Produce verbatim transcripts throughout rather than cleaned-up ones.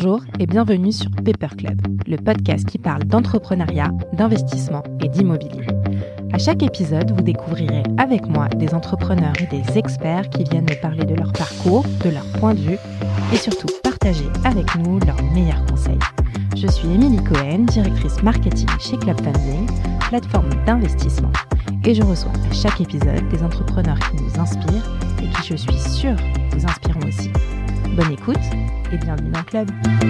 Bonjour et bienvenue sur Paper Club, le podcast qui parle d'entrepreneuriat, d'investissement et d'immobilier. À chaque épisode, vous découvrirez avec moi des entrepreneurs et des experts qui viennent nous parler de leur parcours, de leur point de vue et surtout partager avec nous leurs meilleurs conseils. Je suis Émilie Cohen, directrice marketing chez Club Funding, plateforme d'investissement. Et je reçois à chaque épisode des entrepreneurs qui nous inspirent et qui, je suis sûre, vous inspireront aussi. Bonne écoute et bienvenue dans le club.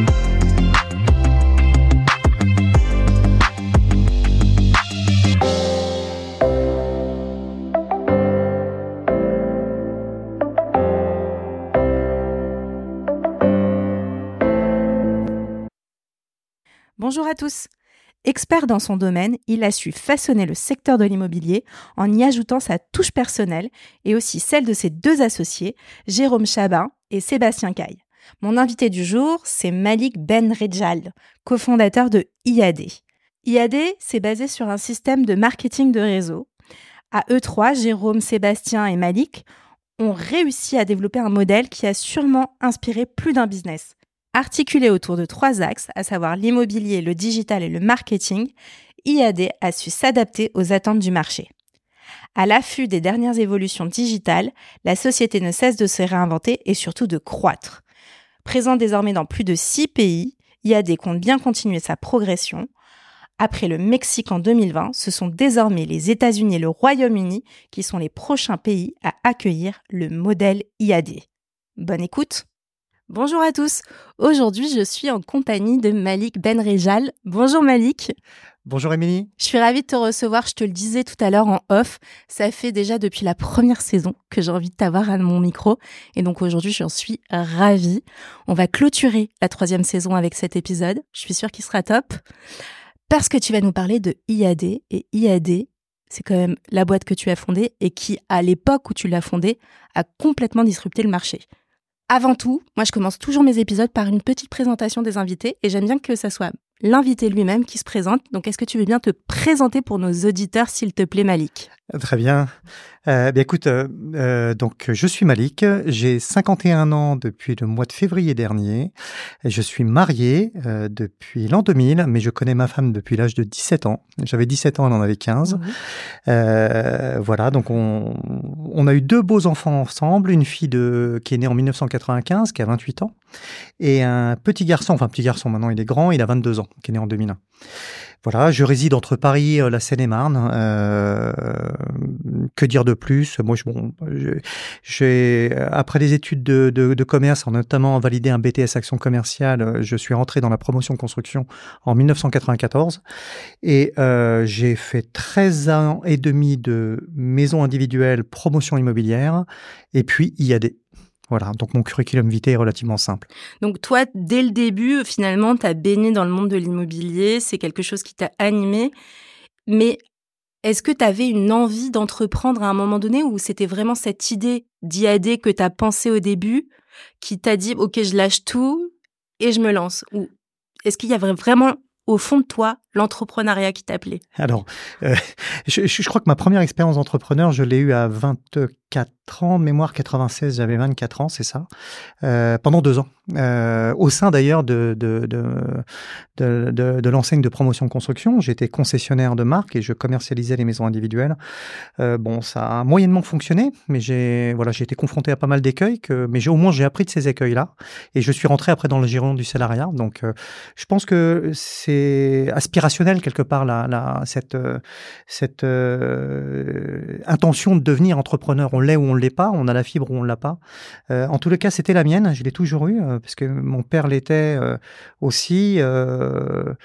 Bonjour à tous. Expert dans son domaine, il a su façonner le secteur de l'immobilier en y ajoutant sa touche personnelle et aussi celle de ses deux associés, Jérôme Chabin et Sébastien Caille. Mon invité du jour, c'est Malik Benredjal, cofondateur de I A D. I A D, c'est basé sur un système de marketing de réseau. À eux trois, Jérôme, Sébastien et Malik ont réussi à développer un modèle qui a sûrement inspiré plus d'un business. Articulé autour de trois axes, à savoir l'immobilier, le digital et le marketing, I A D a su s'adapter aux attentes du marché. À l'affût des dernières évolutions digitales, la société ne cesse de se réinventer et surtout de croître. Présent désormais dans plus de six pays, I A D compte bien continuer sa progression. Après le Mexique en deux mille vingt, ce sont désormais les États-Unis et le Royaume-Uni qui sont les prochains pays à accueillir le modèle I A D. Bonne écoute! Bonjour à tous, aujourd'hui je suis en compagnie de Malik Benredjal. Bonjour Malik. Bonjour Émilie. Je suis ravie de te recevoir, je te le disais tout à l'heure en off, ça fait déjà depuis la première saison que j'ai envie de t'avoir à mon micro et donc aujourd'hui j'en suis ravie. On va clôturer la troisième saison avec cet épisode, je suis sûre qu'il sera top, parce que tu vas nous parler de I A D et I A D, c'est quand même la boîte que tu as fondée et qui, à l'époque où tu l'as fondée, a complètement disrupté le marché. Avant tout, moi je commence toujours mes épisodes par une petite présentation des invités et j'aime bien que ça soit l'invité lui-même qui se présente. Donc est-ce que tu veux bien te présenter pour nos auditeurs, s'il te plaît, Malik ? Très bien. Euh, bien écoute, euh, euh, donc je suis Malik, j'ai cinquante et un ans depuis le mois de février dernier. Je suis marié euh, depuis l'an deux mille, mais je connais ma femme depuis l'âge de dix-sept ans. J'avais dix-sept ans, elle en avait quinze. Mmh. Euh, voilà, donc on, on a eu deux beaux enfants ensemble, une fille de, qui est née en dix-neuf cent quatre-vingt-quinze, qui a vingt-huit ans, et un petit garçon, enfin petit garçon maintenant il est grand, il a vingt-deux ans, qui est né en deux mille un. Voilà, je réside entre Paris et la Seine-et-Marne. Euh, que dire de plus ? Moi, je, bon, je, j'ai après des études de, de, de commerce, en notamment validé un B T S action commerciale, je suis rentré dans la promotion construction en dix-neuf cent quatre-vingt-quatorze et euh, j'ai fait treize ans et demi de maison individuelle, promotion immobilière, et puis I A D. Voilà, donc mon curriculum vitae est relativement simple. Donc toi, dès le début, finalement, tu as baigné dans le monde de l'immobilier, c'est quelque chose qui t'a animé, mais est-ce que tu avais une envie d'entreprendre à un moment donné ou c'était vraiment cette idée d'I A D que tu as pensé au début qui t'a dit « Ok, je lâche tout et je me lance » ou est-ce qu'il y avait vraiment au fond de toi l'entrepreneuriat qui t'appelait ? Alors, euh, je, je crois que ma première expérience d'entrepreneur, je l'ai eue à vingt-quatre ans, de mémoire quatre-vingt-seize, j'avais vingt-quatre ans, c'est ça, euh, pendant deux ans, euh, au sein d'ailleurs de, de, de, de, de, de l'enseigne de promotion construction. J'étais concessionnaire de marque et je commercialisais les maisons individuelles. Euh, bon, ça a moyennement fonctionné, mais j'ai, voilà, j'ai été confronté à pas mal d'écueils, que, mais j'ai, au moins j'ai appris de ces écueils-là et je suis rentré après dans le giron du salariat. Donc, euh, je pense que c'est aspirationnel quelque part la, la, cette, cette euh, intention de devenir entrepreneur. On l'est ou on ne l'est pas, on a la fibre ou on ne l'a pas. Euh, en tous les cas, c'était la mienne, je l'ai toujours eu, euh, parce que mon père l'était euh, aussi. Euh,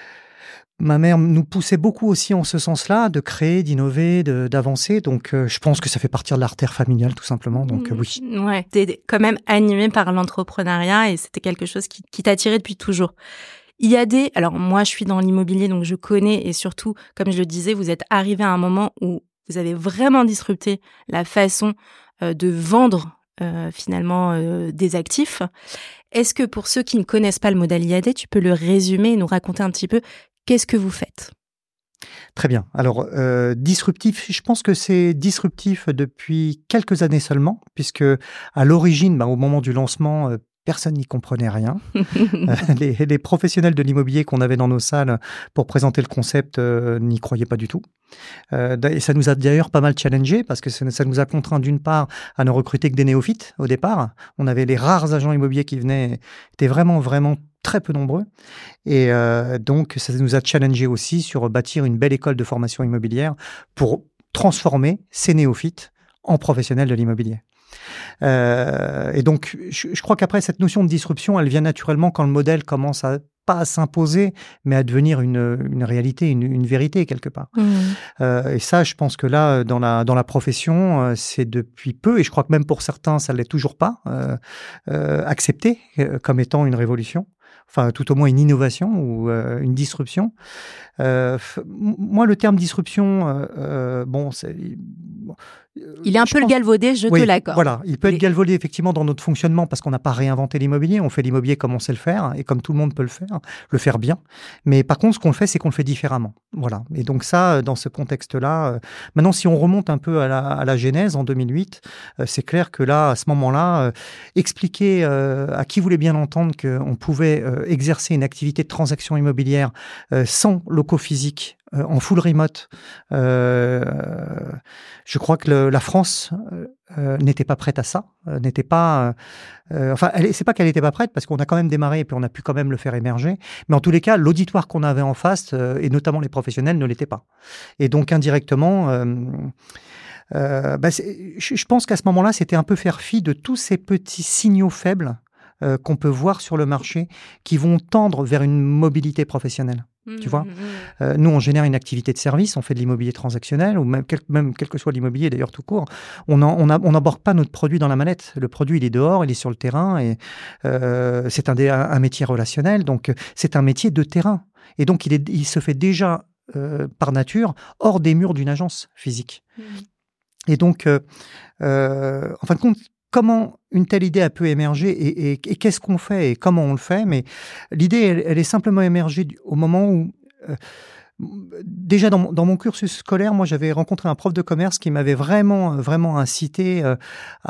ma mère nous poussait beaucoup aussi en ce sens-là, de créer, d'innover, de, d'avancer. Donc, euh, je pense que ça fait partie de l'artère familiale, tout simplement. Donc, euh, oui. Ouais, t'es quand même animé par l'entrepreneuriat et c'était quelque chose qui, qui t'attirait depuis toujours. I A D, alors moi je suis dans l'immobilier donc je connais et surtout, comme je le disais, vous êtes arrivé à un moment où vous avez vraiment disrupté la façon euh, de vendre euh, finalement euh, des actifs. Est-ce que pour ceux qui ne connaissent pas le modèle I A D, tu peux le résumer et nous raconter un petit peu qu'est-ce que vous faites ? Très bien. Alors, euh, disruptif, je pense que c'est disruptif depuis quelques années seulement, puisque à l'origine, bah, au moment du lancement, euh, Personne n'y comprenait rien. euh, les, les professionnels de l'immobilier qu'on avait dans nos salles pour présenter le concept euh, n'y croyaient pas du tout. Euh, et ça nous a d'ailleurs pas mal challengé parce que ça, ça nous a contraint d'une part à ne recruter que des néophytes au départ. On avait les rares agents immobiliers qui venaient, étaient vraiment, vraiment très peu nombreux. Et euh, donc, ça nous a challengé aussi sur bâtir une belle école de formation immobilière pour transformer ces néophytes en professionnels de l'immobilier. Euh, et donc, je, je crois qu'après, cette notion de disruption, elle vient naturellement quand le modèle commence à pas à s'imposer, mais à devenir une, une réalité, une, une vérité quelque part. Mmh. Euh, et ça, je pense que là, dans la, dans la profession, euh, c'est depuis peu, et je crois que même pour certains, ça ne l'est toujours pas, euh, euh, accepté euh, comme étant une révolution. Enfin, tout au moins une innovation ou euh, une disruption. Euh, f- moi, le terme disruption, euh, euh, bon, c'est... Bon, il est un peu pense... galvaudé, je oui, te l'accorde. Voilà, il peut Les... être galvaudé effectivement dans notre fonctionnement parce qu'on n'a pas réinventé l'immobilier. On fait l'immobilier comme on sait le faire et comme tout le monde peut le faire, le faire bien. Mais par contre, ce qu'on fait, c'est qu'on le fait différemment. Voilà. Et donc ça, dans ce contexte-là, euh, maintenant, si on remonte un peu à la, à la genèse en deux mille huit, euh, c'est clair que là, à ce moment-là, euh, expliquer euh, à qui voulait bien entendre qu'on pouvait euh, exercer une activité de transaction immobilière euh, sans locaux physiques, Euh, en full remote. Euh, je crois que le, la France euh, n'était pas prête à ça, euh, n'était pas. Euh, enfin, elle, c'est pas qu'elle n'était pas prête parce qu'on a quand même démarré et puis on a pu quand même le faire émerger. Mais en tous les cas, l'auditoire qu'on avait en face euh, et notamment les professionnels ne l'était pas. Et donc indirectement. Euh, euh, bah je, je pense qu'à ce moment-là, c'était un peu faire fi de tous ces petits signaux faibles euh, qu'on peut voir sur le marché qui vont tendre vers une mobilité professionnelle. Tu vois, euh, nous, on génère une activité de service, on fait de l'immobilier transactionnel, ou même quel, même quel que soit l'immobilier d'ailleurs tout court, on n'embarque pas notre produit dans la mallette. Le produit, il est dehors, il est sur le terrain, et euh, c'est un, un métier relationnel, donc c'est un métier de terrain. Et donc, il, est, il se fait déjà, euh, par nature, hors des murs d'une agence physique. Mmh. Et donc, euh, euh, en fin de compte, comment une telle idée a pu émerger et, et, et qu'est-ce qu'on fait et comment on le fait. Mais l'idée, elle, elle est simplement émergée au moment où... Euh, déjà dans mon, dans mon cursus scolaire, moi j'avais rencontré un prof de commerce qui m'avait vraiment vraiment incité euh,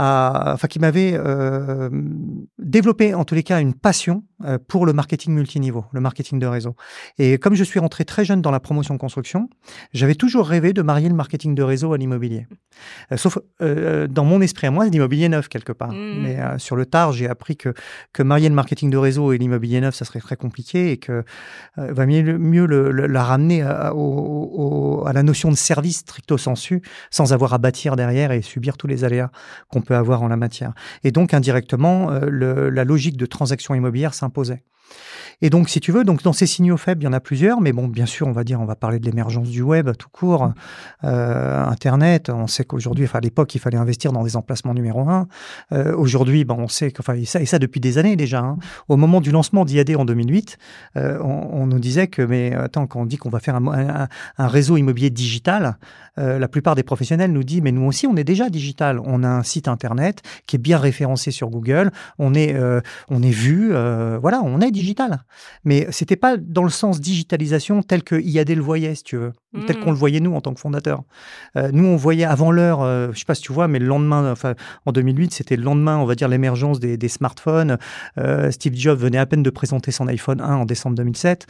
à, enfin qui m'avait euh, développé en tous les cas une passion euh, pour le marketing multiniveau, le marketing de réseau. Et comme je suis rentré très jeune dans la promotion construction, j'avais toujours rêvé de marier le marketing de réseau à l'immobilier. Euh, sauf euh, dans mon esprit à moi, c'est l'immobilier neuf quelque part. Mmh. Mais euh, sur le tard, j'ai appris que que marier le marketing de réseau et l'immobilier neuf, ça serait très compliqué et que euh, va mieux mieux le, le, la ramener À, au, au, à la notion de service stricto sensu, sans avoir à bâtir derrière et subir tous les aléas qu'on peut avoir en la matière. Et donc, indirectement, euh, le, la logique de transaction immobilière s'imposait. Et donc, si tu veux, donc dans ces signaux faibles, il y en a plusieurs, mais bon, bien sûr, on va dire, on va parler de l'émergence du web tout court, euh, Internet. On sait qu'aujourd'hui, enfin à l'époque, il fallait investir dans des emplacements numéro un. Euh, aujourd'hui, ben on sait que, enfin, et ça, et ça depuis des années déjà. Hein. Au moment du lancement d'I A D en deux mille huit, euh, on, on nous disait que, mais attends, quand on dit qu'on va faire un, un, un réseau immobilier digital, euh, la plupart des professionnels nous disent, mais nous aussi, on est déjà digital. On a un site Internet qui est bien référencé sur Google. On est, euh, on est vu, euh, voilà, on est digital. Mais c'était pas dans le sens digitalisation tel que I A D le voyait, si tu veux, mmh. tel qu'on le voyait nous en tant que fondateurs. Euh, nous, on voyait avant l'heure, euh, je sais pas si tu vois, mais le lendemain, enfin en deux mille huit, c'était le lendemain, on va dire l'émergence des, des smartphones. Euh, Steve Jobs venait à peine de présenter son iPhone un en décembre deux mille sept.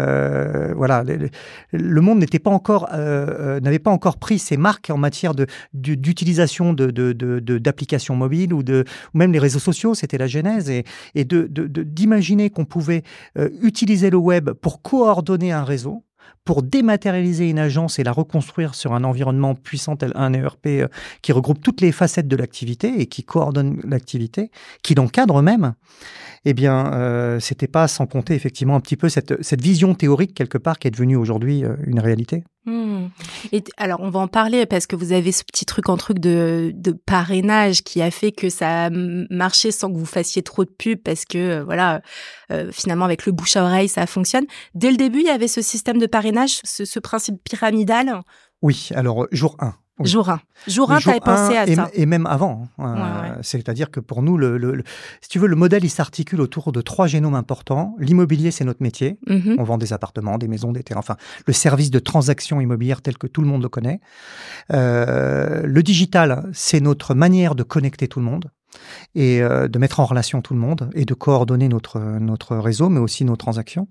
Euh, voilà, le, le monde n'était pas encore, euh, n'avait pas encore pris ses marques en matière de, de d'utilisation de, de, de, de d'applications mobiles ou de, ou même les réseaux sociaux. C'était la genèse et, et de, de, de d'imaginer qu'on pouvait Euh, utiliser le web pour coordonner un réseau, pour dématérialiser une agence et la reconstruire sur un environnement puissant tel un E R P euh, qui regroupe toutes les facettes de l'activité et qui coordonne l'activité, qui l'encadre même, eh bien, euh, c'était pas sans compter effectivement un petit peu cette, cette vision théorique quelque part qui est devenue aujourd'hui euh, une réalité. Mmh. Et t- alors, on va en parler parce que vous avez ce petit truc en truc de, de parrainage qui a fait que ça a marché sans que vous fassiez trop de pub parce que, euh, voilà, euh, finalement, avec le bouche à oreille, ça fonctionne. Dès le début, il y avait ce système de parrainage, ce, ce principe pyramidal. Oui, alors, jour un. Oui. Jour un. Jour un, tu avais pensé à et, ça. Et même avant. Euh, ouais, ouais. C'est-à-dire que pour nous, le, le, le, si tu veux, le modèle, il s'articule autour de trois génomes importants. L'immobilier, c'est notre métier. Mm-hmm. On vend des appartements, des maisons, des terrains. Enfin, le service de transaction immobilière tel que tout le monde le connaît. Euh, le digital, c'est notre manière de connecter tout le monde. et euh, de mettre en relation tout le monde et de coordonner notre, notre réseau, mais aussi nos transactions.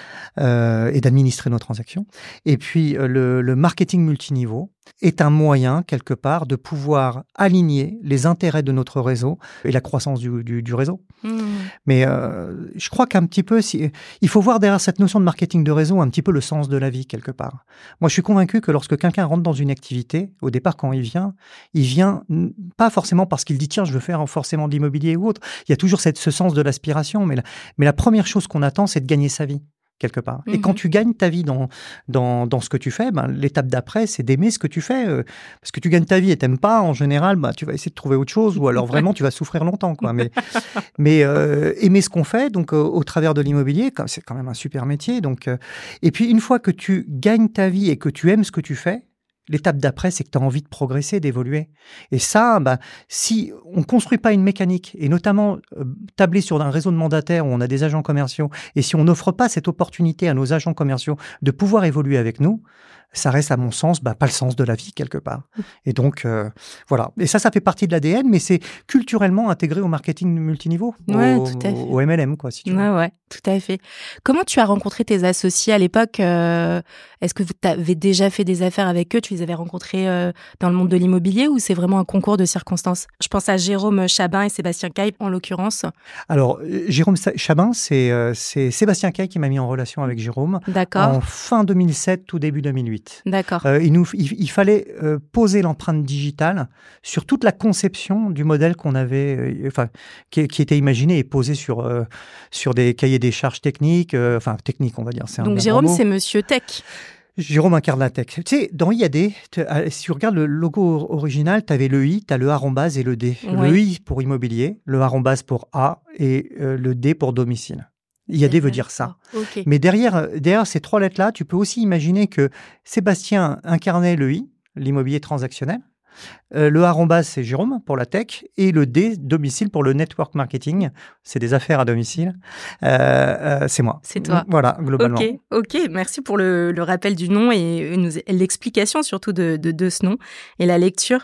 Euh, et d'administrer nos transactions. Et puis, euh, le, le marketing multiniveau est un moyen, quelque part, de pouvoir aligner les intérêts de notre réseau et la croissance du, du, du réseau. Mmh. Mais euh, je crois qu'un petit peu, si, il faut voir derrière cette notion de marketing de réseau un petit peu le sens de la vie, quelque part. Moi, je suis convaincu que lorsque quelqu'un rentre dans une activité, au départ, quand il vient, il vient pas forcément parce qu'il dit « tiens, je veux faire forcément de l'immobilier ou autre ». Il y a toujours cette, ce sens de l'aspiration, mais la, mais la première chose qu'on attend, c'est de gagner sa vie. Quelque part. Mmh. Et quand tu gagnes ta vie dans, dans, dans ce que tu fais, ben, l'étape d'après, c'est d'aimer ce que tu fais. Euh, parce que tu gagnes ta vie et t'aimes pas, en général, ben, tu vas essayer de trouver autre chose ou alors vraiment, tu vas souffrir longtemps. Quoi. Mais, mais euh, aimer ce qu'on fait, donc euh, au travers de l'immobilier, c'est quand même un super métier. Donc, euh, et puis, une fois que tu gagnes ta vie et que tu aimes ce que tu fais, l'étape d'après, c'est que tu as envie de progresser, d'évoluer. Et ça, bah, si on ne construit pas une mécanique, et notamment euh, tabler sur un réseau de mandataires où on a des agents commerciaux, et si on n'offre pas cette opportunité à nos agents commerciaux de pouvoir évoluer avec nous, ça reste, à mon sens, bah, pas le sens de la vie, quelque part. Et donc, euh, voilà. Et ça, ça fait partie de l'A D N, mais c'est culturellement intégré au marketing multiniveau, ouais, au, tout à fait. au M L M, quoi, si tu veux. Ouais, ouais, tout à fait. Comment tu as rencontré tes associés à l'époque euh, Est-ce que tu avais déjà fait des affaires avec eux? Tu les avais rencontrés euh, dans le monde de l'immobilier ou c'est vraiment un concours de circonstances? Je pense à Jérôme Chabin et Sébastien Caille, en l'occurrence. Alors, Jérôme Chabin, c'est, euh, c'est Sébastien Caille qui m'a mis en relation avec Jérôme. D'accord. En fin deux mille sept, tout début deux mille huit. D'accord. Euh, il, nous, il, il fallait euh, poser l'empreinte digitale sur toute la conception du modèle qu'on avait, euh, enfin, qui, qui était imaginé et posé sur, euh, sur des cahiers des charges techniques, euh, enfin, techniques, on va dire. C'est Donc, un Jérôme, mot. C'est Monsieur Tech. Jérôme incarne la tech. Tu sais, dans I A D, si tu regardes le logo original, tu avais le I, tu as le arrobase et le D. Oui. Le I pour immobilier, le arrobase pour A et euh, le D pour domicile. I A D veut dire ça. Okay. Mais derrière, derrière ces trois lettres-là, tu peux aussi imaginer que Sébastien incarnait le I, l'immobilier transactionnel. Euh, le arrobase, c'est Jérôme pour la tech. Et le D, domicile, pour le network marketing. C'est des affaires à domicile. Euh, euh, c'est moi. C'est toi. Voilà, globalement. Ok, ok. Merci pour le, le rappel du nom et, et l'explication surtout de, de, de ce nom et la lecture.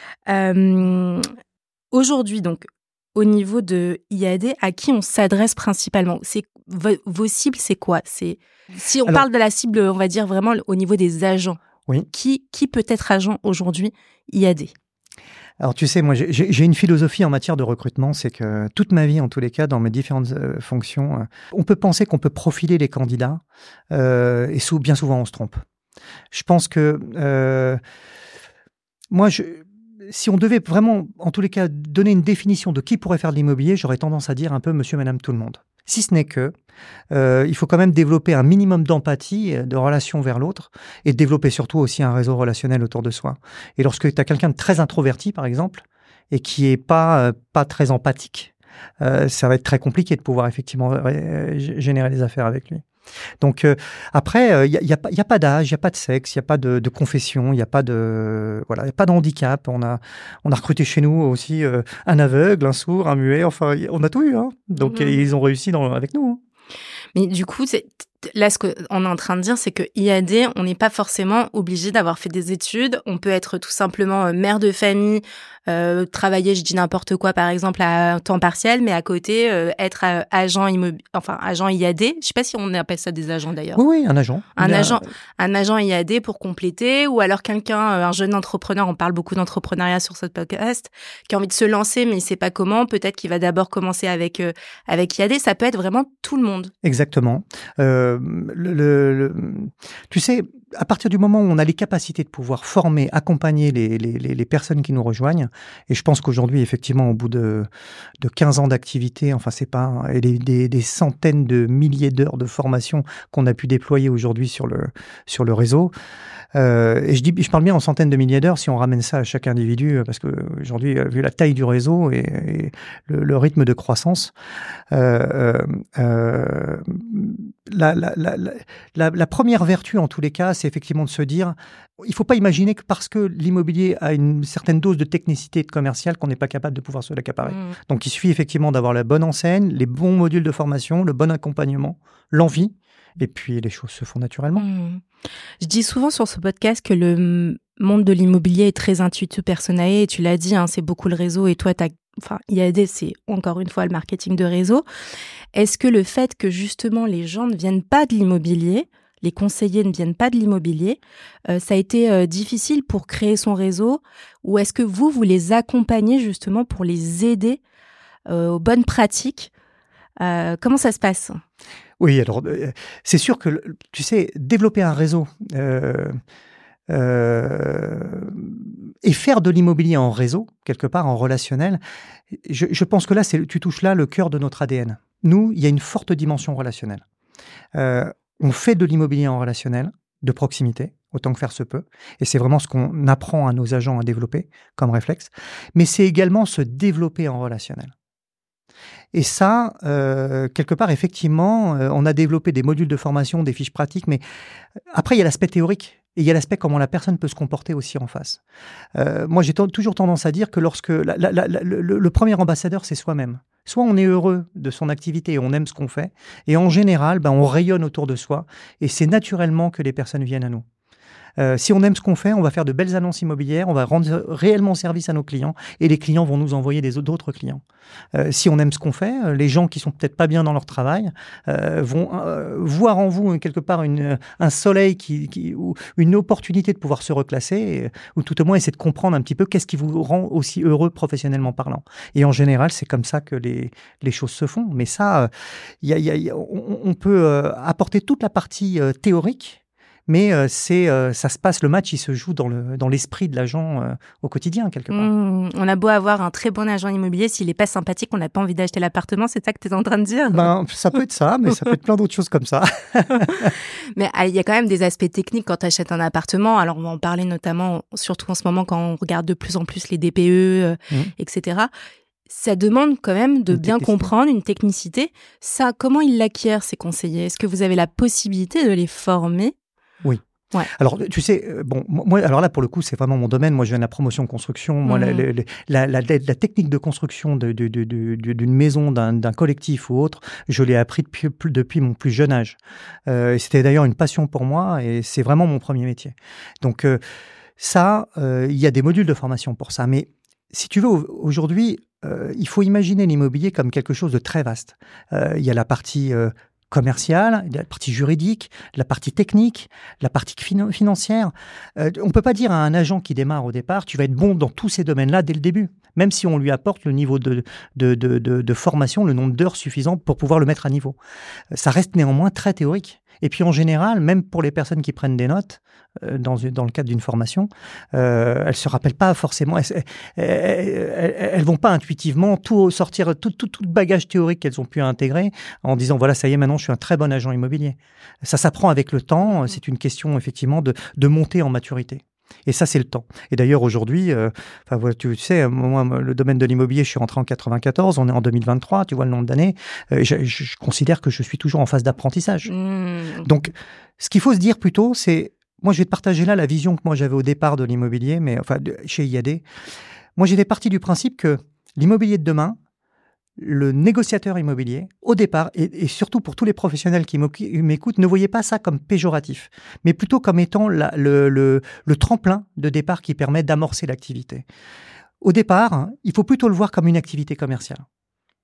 Euh, aujourd'hui, donc, au niveau de I A D, à qui on s'adresse principalement? C'est, vos, vos cibles, c'est quoi? C'est, si on Alors, parle de la cible, on va dire vraiment au niveau des agents, oui. qui, qui peut être agent aujourd'hui I A D? Alors tu sais, moi j'ai, j'ai une philosophie en matière de recrutement, c'est que toute ma vie, en tous les cas, dans mes différentes euh, fonctions, euh, on peut penser qu'on peut profiler les candidats, euh, et sous, bien souvent on se trompe. Je pense que euh, moi, je... si on devait vraiment, en tous les cas, donner une définition de qui pourrait faire de l'immobilier, j'aurais tendance à dire un peu monsieur, madame, tout le monde. Si ce n'est que, euh, il faut quand même développer un minimum d'empathie, de relation vers l'autre, et développer surtout aussi un réseau relationnel autour de soi. Et lorsque tu as quelqu'un de très introverti, par exemple, et qui est pas, euh, pas très empathique, euh, ça va être très compliqué de pouvoir effectivement euh, générer des affaires avec lui. Donc euh, après, il euh, n'y a, y a, y a pas d'âge, il n'y a pas de sexe, il n'y a pas de, de confession, il n'y a pas de voilà, y a pas de handicap. On a, on a recruté chez nous aussi euh, un aveugle, un sourd, un muet, enfin on a tout eu. Hein. Donc mmh. Ils ont réussi dans, avec nous. Hein. Mais du coup, c'est, là, ce qu'on est en train de dire, c'est que I A D, on n'est pas forcément obligé d'avoir fait des études. On peut être tout simplement mère de famille, euh, travailler, je dis n'importe quoi, par exemple, à temps partiel, mais à côté, euh, être euh, agent immobilier, enfin, agent I A D. Je sais pas si on appelle ça des agents d'ailleurs. Oui, oui, un agent. Un agent, a... un agent I A D pour compléter, ou alors quelqu'un, un jeune entrepreneur, on parle beaucoup d'entrepreneuriat sur ce podcast, qui a envie de se lancer, mais il sait pas comment. Peut-être qu'il va d'abord commencer avec, euh, avec I A D. Ça peut être vraiment tout le monde. Exactement. Euh, le, le, le, tu sais, à partir du moment où on a les capacités de pouvoir former, accompagner les, les, les personnes qui nous rejoignent, et je pense qu'aujourd'hui, effectivement, au bout de, de quinze ans d'activité, enfin, c'est pas, et des, des, des centaines de milliers d'heures de formation qu'on a pu déployer aujourd'hui sur le, sur le réseau, euh, et je dis, je parle bien en centaines de milliers d'heures si on ramène ça à chaque individu, parce qu'aujourd'hui, vu la taille du réseau et, et le, le rythme de croissance, euh, euh, la, la, la, la, la première vertu, en tous les cas, c'est effectivement de se dire, il ne faut pas imaginer que parce que l'immobilier a une certaine dose de technicité et de commercial qu'on n'est pas capable de pouvoir se l'accaparer. Mmh. Donc, il suffit effectivement d'avoir la bonne enseigne, les bons modules de formation, le bon accompagnement, l'envie, et puis les choses se font naturellement. Mmh. Je dis souvent sur ce podcast que le monde de l'immobilier est très intuitif, personnalisé, et tu l'as dit, hein, c'est beaucoup le réseau, et toi, tu as enfin, I A D, c'est encore une fois le marketing de réseau. Est-ce que le fait que justement les gens ne viennent pas de l'immobilier, les conseillers ne viennent pas de l'immobilier, euh, ça a été euh, difficile pour créer son réseau, ou est-ce que vous, vous les accompagnez justement pour les aider euh, aux bonnes pratiques? euh, Comment ça se passe? Oui, alors euh, c'est sûr que, tu sais, développer un réseau euh, euh, et faire de l'immobilier en réseau, quelque part en relationnel, je, je pense que là, c'est, tu touches là le cœur de notre A D N. Nous, il y a une forte dimension relationnelle. Euh, on fait de l'immobilier en relationnel, de proximité, autant que faire se peut. Et c'est vraiment ce qu'on apprend à nos agents à développer comme réflexe. Mais c'est également se développer en relationnel. Et ça, euh, quelque part, effectivement, euh, on a développé des modules de formation, des fiches pratiques, mais après, il y a l'aspect théorique. Et il y a l'aspect comment la personne peut se comporter aussi en face. Euh, moi, j'ai t- toujours tendance à dire que lorsque la, la, la, la, le, le premier ambassadeur, c'est soi-même. Soit on est heureux de son activité et on aime ce qu'on fait, et en général, ben, on rayonne autour de soi, et c'est naturellement que les personnes viennent à nous. Euh, si on aime ce qu'on fait, on va faire de belles annonces immobilières, on va rendre réellement service à nos clients et les clients vont nous envoyer des d'autres clients. Euh, si on aime ce qu'on fait, les gens qui sont peut-être pas bien dans leur travail euh, vont euh, voir en vous quelque part une, un soleil qui, qui, ou une opportunité de pouvoir se reclasser et, ou tout au moins essayer de comprendre un petit peu qu'est-ce qui vous rend aussi heureux professionnellement parlant. Et en général, c'est comme ça que les, les choses se font. Mais ça, euh, y a, y a, y a, on, on peut euh, apporter toute la partie euh, théorique. Mais euh, c'est, euh, ça se passe, le match, il se joue dans, le, dans l'esprit de l'agent euh, au quotidien, quelque part. Mmh, on a beau avoir un très bon agent immobilier, s'il n'est pas sympathique, on n'a pas envie d'acheter l'appartement, c'est ça que tu es en train de dire? Ben, ça peut être ça, mais ça peut être plein d'autres choses comme ça. Mais ah, il y a quand même des aspects techniques quand tu achètes un appartement. Alors, on va en parler notamment, surtout en ce moment, quand on regarde de plus en plus les D P E, euh, mmh. et cetera. Ça demande quand même de une bien comprendre une technicité. Ça, comment ils l'acquièrent, ces conseillers? Est-ce que vous avez la possibilité de les former? Oui. Ouais. Alors, tu sais, bon, moi, alors là, pour le coup, c'est vraiment mon domaine. Moi, je viens de la promotion construction. Moi, mmh. la, la, la, la, la technique de construction de, de, de, de, d'une maison, d'un, d'un collectif ou autre, je l'ai appris depuis, depuis mon plus jeune âge. Euh, et c'était d'ailleurs une passion pour moi et c'est vraiment mon premier métier. Donc, euh, ça, euh, il y a des modules de formation pour ça. Mais si tu veux, aujourd'hui, euh, il faut imaginer l'immobilier comme quelque chose de très vaste. Euh, il y a la partie... Euh, commerciale, la partie juridique, la partie technique, la partie fin- financière. Euh, on ne peut pas dire à un agent qui démarre au départ, tu vas être bon dans tous ces domaines-là dès le début, même si on lui apporte le niveau de, de, de, de, de formation, le nombre d'heures suffisant pour pouvoir le mettre à niveau. Ça reste néanmoins très théorique. Et puis en général, même pour les personnes qui prennent des notes, euh, dans, dans le cadre d'une formation, euh, elles ne se rappellent pas forcément, elles ne vont pas intuitivement tout sortir, tout, tout, tout le bagage théorique qu'elles ont pu intégrer en disant, voilà, ça y est, maintenant je suis un très bon agent immobilier. Ça s'apprend avec le temps, c'est une question effectivement de, de monter en maturité. Et ça, c'est le temps. Et d'ailleurs, aujourd'hui, euh, enfin, tu sais, moi, le domaine de l'immobilier, je suis rentré en quatre-vingt-quatorze, on est en deux mille vingt-trois, tu vois le nombre d'années. Euh, je, je, je considère que je suis toujours en phase d'apprentissage. Mmh. Donc, ce qu'il faut se dire plutôt, c'est, moi, je vais te partager là la vision que moi j'avais au départ de l'immobilier, mais enfin, de, chez I A D. Moi, j'étais parti du principe que l'immobilier de demain, le négociateur immobilier, au départ, et, et surtout pour tous les professionnels qui m'écoutent, ne voyez pas ça comme péjoratif, mais plutôt comme étant la, le, le, le tremplin de départ qui permet d'amorcer l'activité. Au départ, hein, il faut plutôt le voir comme une activité commerciale. Pourquoi ?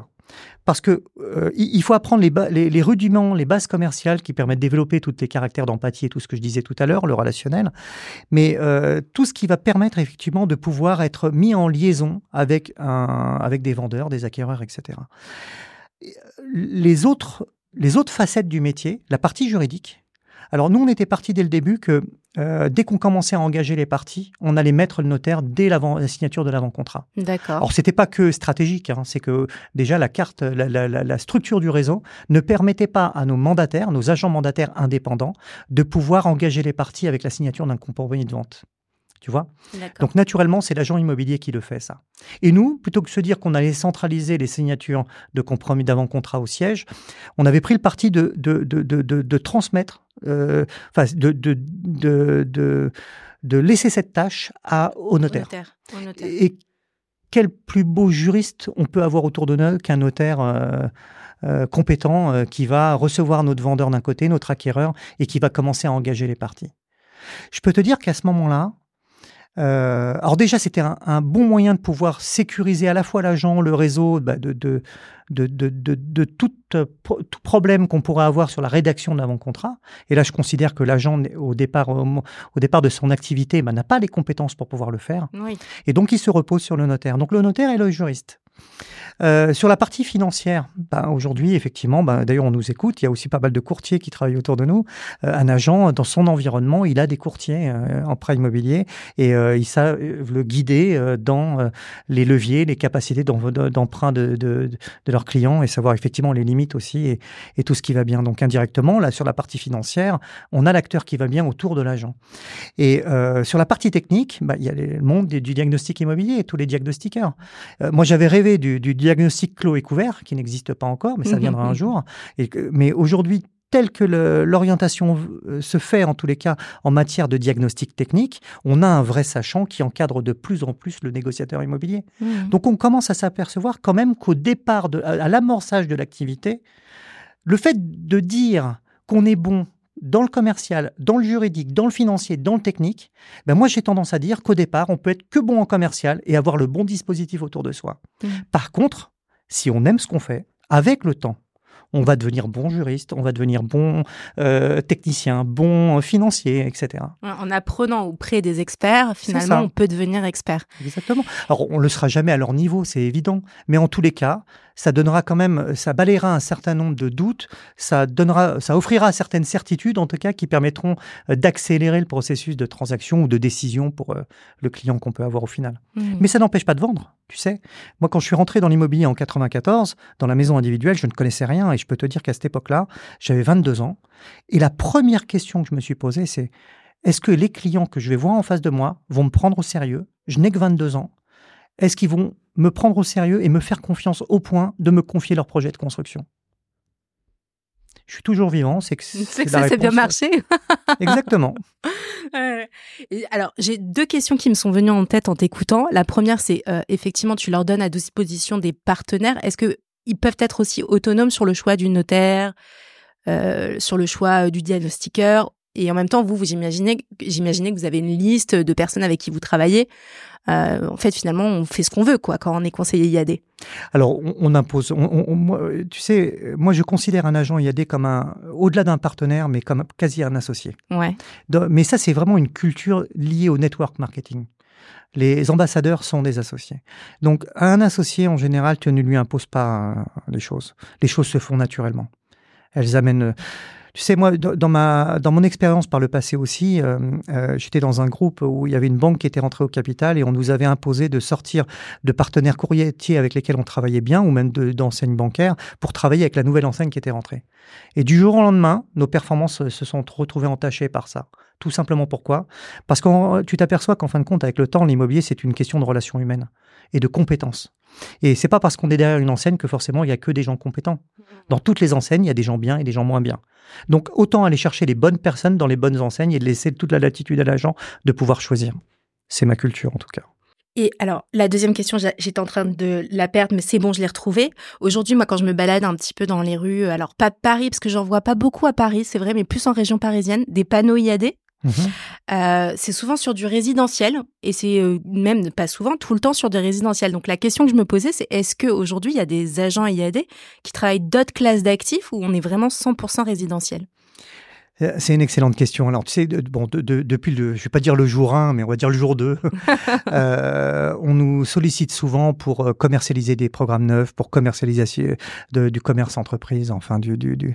Parce que euh, il faut apprendre les, ba- les, les rudiments, les bases commerciales qui permettent de développer tous les caractères d'empathie et tout ce que je disais tout à l'heure, le relationnel, mais euh, tout ce qui va permettre effectivement de pouvoir être mis en liaison avec, un, avec des vendeurs, des acquéreurs, et cetera. Les autres, les autres facettes du métier, la partie juridique, alors nous on était partis dès le début que Euh, dès qu'on commençait à engager les parties, on allait mettre le notaire dès la signature de l'avant-contrat. D'accord. Alors, c'était pas que stratégique, hein, c'est que déjà la carte, la, la, la, la structure du réseau ne permettait pas à nos mandataires, nos agents mandataires indépendants, de pouvoir engager les parties avec la signature d'un compromis de vente. Tu vois ? Donc, naturellement, c'est l'agent immobilier qui le fait, ça. Et nous, plutôt que de se dire qu'on allait centraliser les signatures de compromis d'avant-contrat au siège, on avait pris le parti de, de, de, de, de, de transmettre, euh, enfin, de, de, de, de, de laisser cette tâche à, au notaire. Au notaire. Au notaire. Et quel plus beau juriste on peut avoir autour de nous qu'un notaire euh, euh, compétent euh, qui va recevoir notre vendeur d'un côté, notre acquéreur, et qui va commencer à engager les parties. Je peux te dire qu'à ce moment-là, Euh, alors déjà, c'était un, un bon moyen de pouvoir sécuriser à la fois l'agent, le réseau, bah, de, de, de, de, de, de tout, euh, tout problème qu'on pourrait avoir sur la rédaction de l'avant-contrat. Et là, je considère que l'agent, au départ, au, au départ de son activité, bah, n'a pas les compétences pour pouvoir le faire. Oui. Et donc, il se repose sur le notaire. Donc, le notaire est le juriste. Euh, sur la partie financière, ben, aujourd'hui, effectivement, ben, d'ailleurs, on nous écoute. Il y a aussi pas mal de courtiers qui travaillent autour de nous. Euh, un agent, dans son environnement, il a des courtiers euh, en prêt immobilier et euh, ils savent le guider euh, dans euh, les leviers, les capacités d'emprunt de, de, de leurs clients et savoir effectivement les limites aussi et, et tout ce qui va bien. Donc, indirectement, là, sur la partie financière, on a l'acteur qui va bien autour de l'agent. Et euh, sur la partie technique, ben, il y a le monde du, du diagnostic immobilier et tous les diagnostiqueurs. Euh, moi, j'avais rêvé du, du diagnostic clos et couvert, qui n'existe pas encore, mais ça viendra un jour. Et que, mais aujourd'hui, telle que le, l'orientation se fait, en tous les cas, en matière de diagnostic technique, on a un vrai sachant qui encadre de plus en plus le négociateur immobilier. Mmh. Donc, on commence à s'apercevoir quand même qu'au départ, de, à, à l'amorçage de l'activité, le fait de dire qu'on est bon dans le commercial, dans le juridique, dans le financier, dans le technique, ben moi j'ai tendance à dire qu'au départ, on peut être que bon en commercial et avoir le bon dispositif autour de soi. Mmh. Par contre, si on aime ce qu'on fait, avec le temps, on va devenir bon juriste, on va devenir bon euh, technicien, bon financier, et cetera. En apprenant auprès des experts, finalement, on peut devenir expert. Exactement. Alors, on ne le sera jamais à leur niveau, c'est évident. Mais en tous les cas, ça donnera quand même, ça balayera un certain nombre de doutes, ça donnera, ça offrira certaines certitudes, en tout cas, qui permettront d'accélérer le processus de transaction ou de décision pour euh, le client qu'on peut avoir au final. Mmh. Mais ça n'empêche pas de vendre, tu sais. Moi, quand je suis rentré dans l'immobilier en quatre-vingt-quatorze, dans la maison individuelle, je ne connaissais rien et je peux te dire qu'à cette époque-là, j'avais vingt-deux ans. Et la première question que je me suis posée, c'est est-ce que les clients que je vais voir en face de moi vont me prendre au sérieux? Je n'ai que vingt-deux ans. Est-ce qu'ils vont me prendre au sérieux et me faire confiance au point de me confier leur projet de construction? Je suis toujours vivant, c'est que c'est, c'est que ça s'est bien marché. Exactement. Euh, alors, j'ai deux questions qui me sont venues en tête en t'écoutant. La première, c'est euh, effectivement, tu leur donnes à disposition des partenaires. Est-ce qu'ils peuvent être aussi autonomes sur le choix du notaire, euh, sur le choix du diagnostiqueur? Et en même temps, vous, vous imaginez, j'imaginez que vous avez une liste de personnes avec qui vous travaillez. Euh, en fait, finalement, on fait ce qu'on veut, quoi, quand on est conseiller I A D. Alors, on, on impose. On, on, moi, tu sais, moi, je considère un agent I A D comme un, au-delà d'un partenaire, mais comme quasi un associé. Ouais. Donc, mais ça, c'est vraiment une culture liée au network marketing. Les ambassadeurs sont des associés. Donc, un associé, en général, tu ne lui imposes pas euh, les choses. Les choses se font naturellement. Elles amènent. Tu sais, moi, dans, ma, dans mon expérience par le passé aussi, euh, euh, j'étais dans un groupe où il y avait une banque qui était rentrée au capital et on nous avait imposé de sortir de partenaires courtiers avec lesquels on travaillait bien ou même de, d'enseignes bancaires pour travailler avec la nouvelle enseigne qui était rentrée. Et du jour au lendemain, nos performances se sont retrouvées entachées par ça. Tout simplement pourquoi? Parce que tu t'aperçois qu'en fin de compte, avec le temps, l'immobilier, c'est une question de relations humaines et de compétences. Et c'est pas parce qu'on est derrière une enseigne que forcément il y a que des gens compétents. Dans toutes les enseignes, il y a des gens bien et des gens moins bien. Donc autant aller chercher les bonnes personnes dans les bonnes enseignes et de laisser toute la latitude à l'agent de pouvoir choisir. C'est ma culture en tout cas. Et alors, la deuxième question, j'étais en train de la perdre, mais c'est bon, je l'ai retrouvée. Aujourd'hui, moi, quand je me balade un petit peu dans les rues, alors pas Paris, parce que j'en vois pas beaucoup à Paris, c'est vrai, mais plus en région parisienne, des panneaux I A D. Mmh. Euh, c'est souvent sur du résidentiel et c'est euh, même pas souvent, tout le temps sur des résidentiels. Donc la question que je me posais, c'est est-ce qu'aujourd'hui il y a des agents I A D qui travaillent d'autres classes d'actifs ou on est vraiment cent pour cent résidentiel? C'est une excellente question. Alors, tu sais, de, bon, de, de, depuis le, je vais pas dire le jour un, mais on va dire le jour deux, euh, on nous sollicite souvent pour commercialiser des programmes neufs, pour commercialiser de, du commerce entreprise, enfin du, du, du...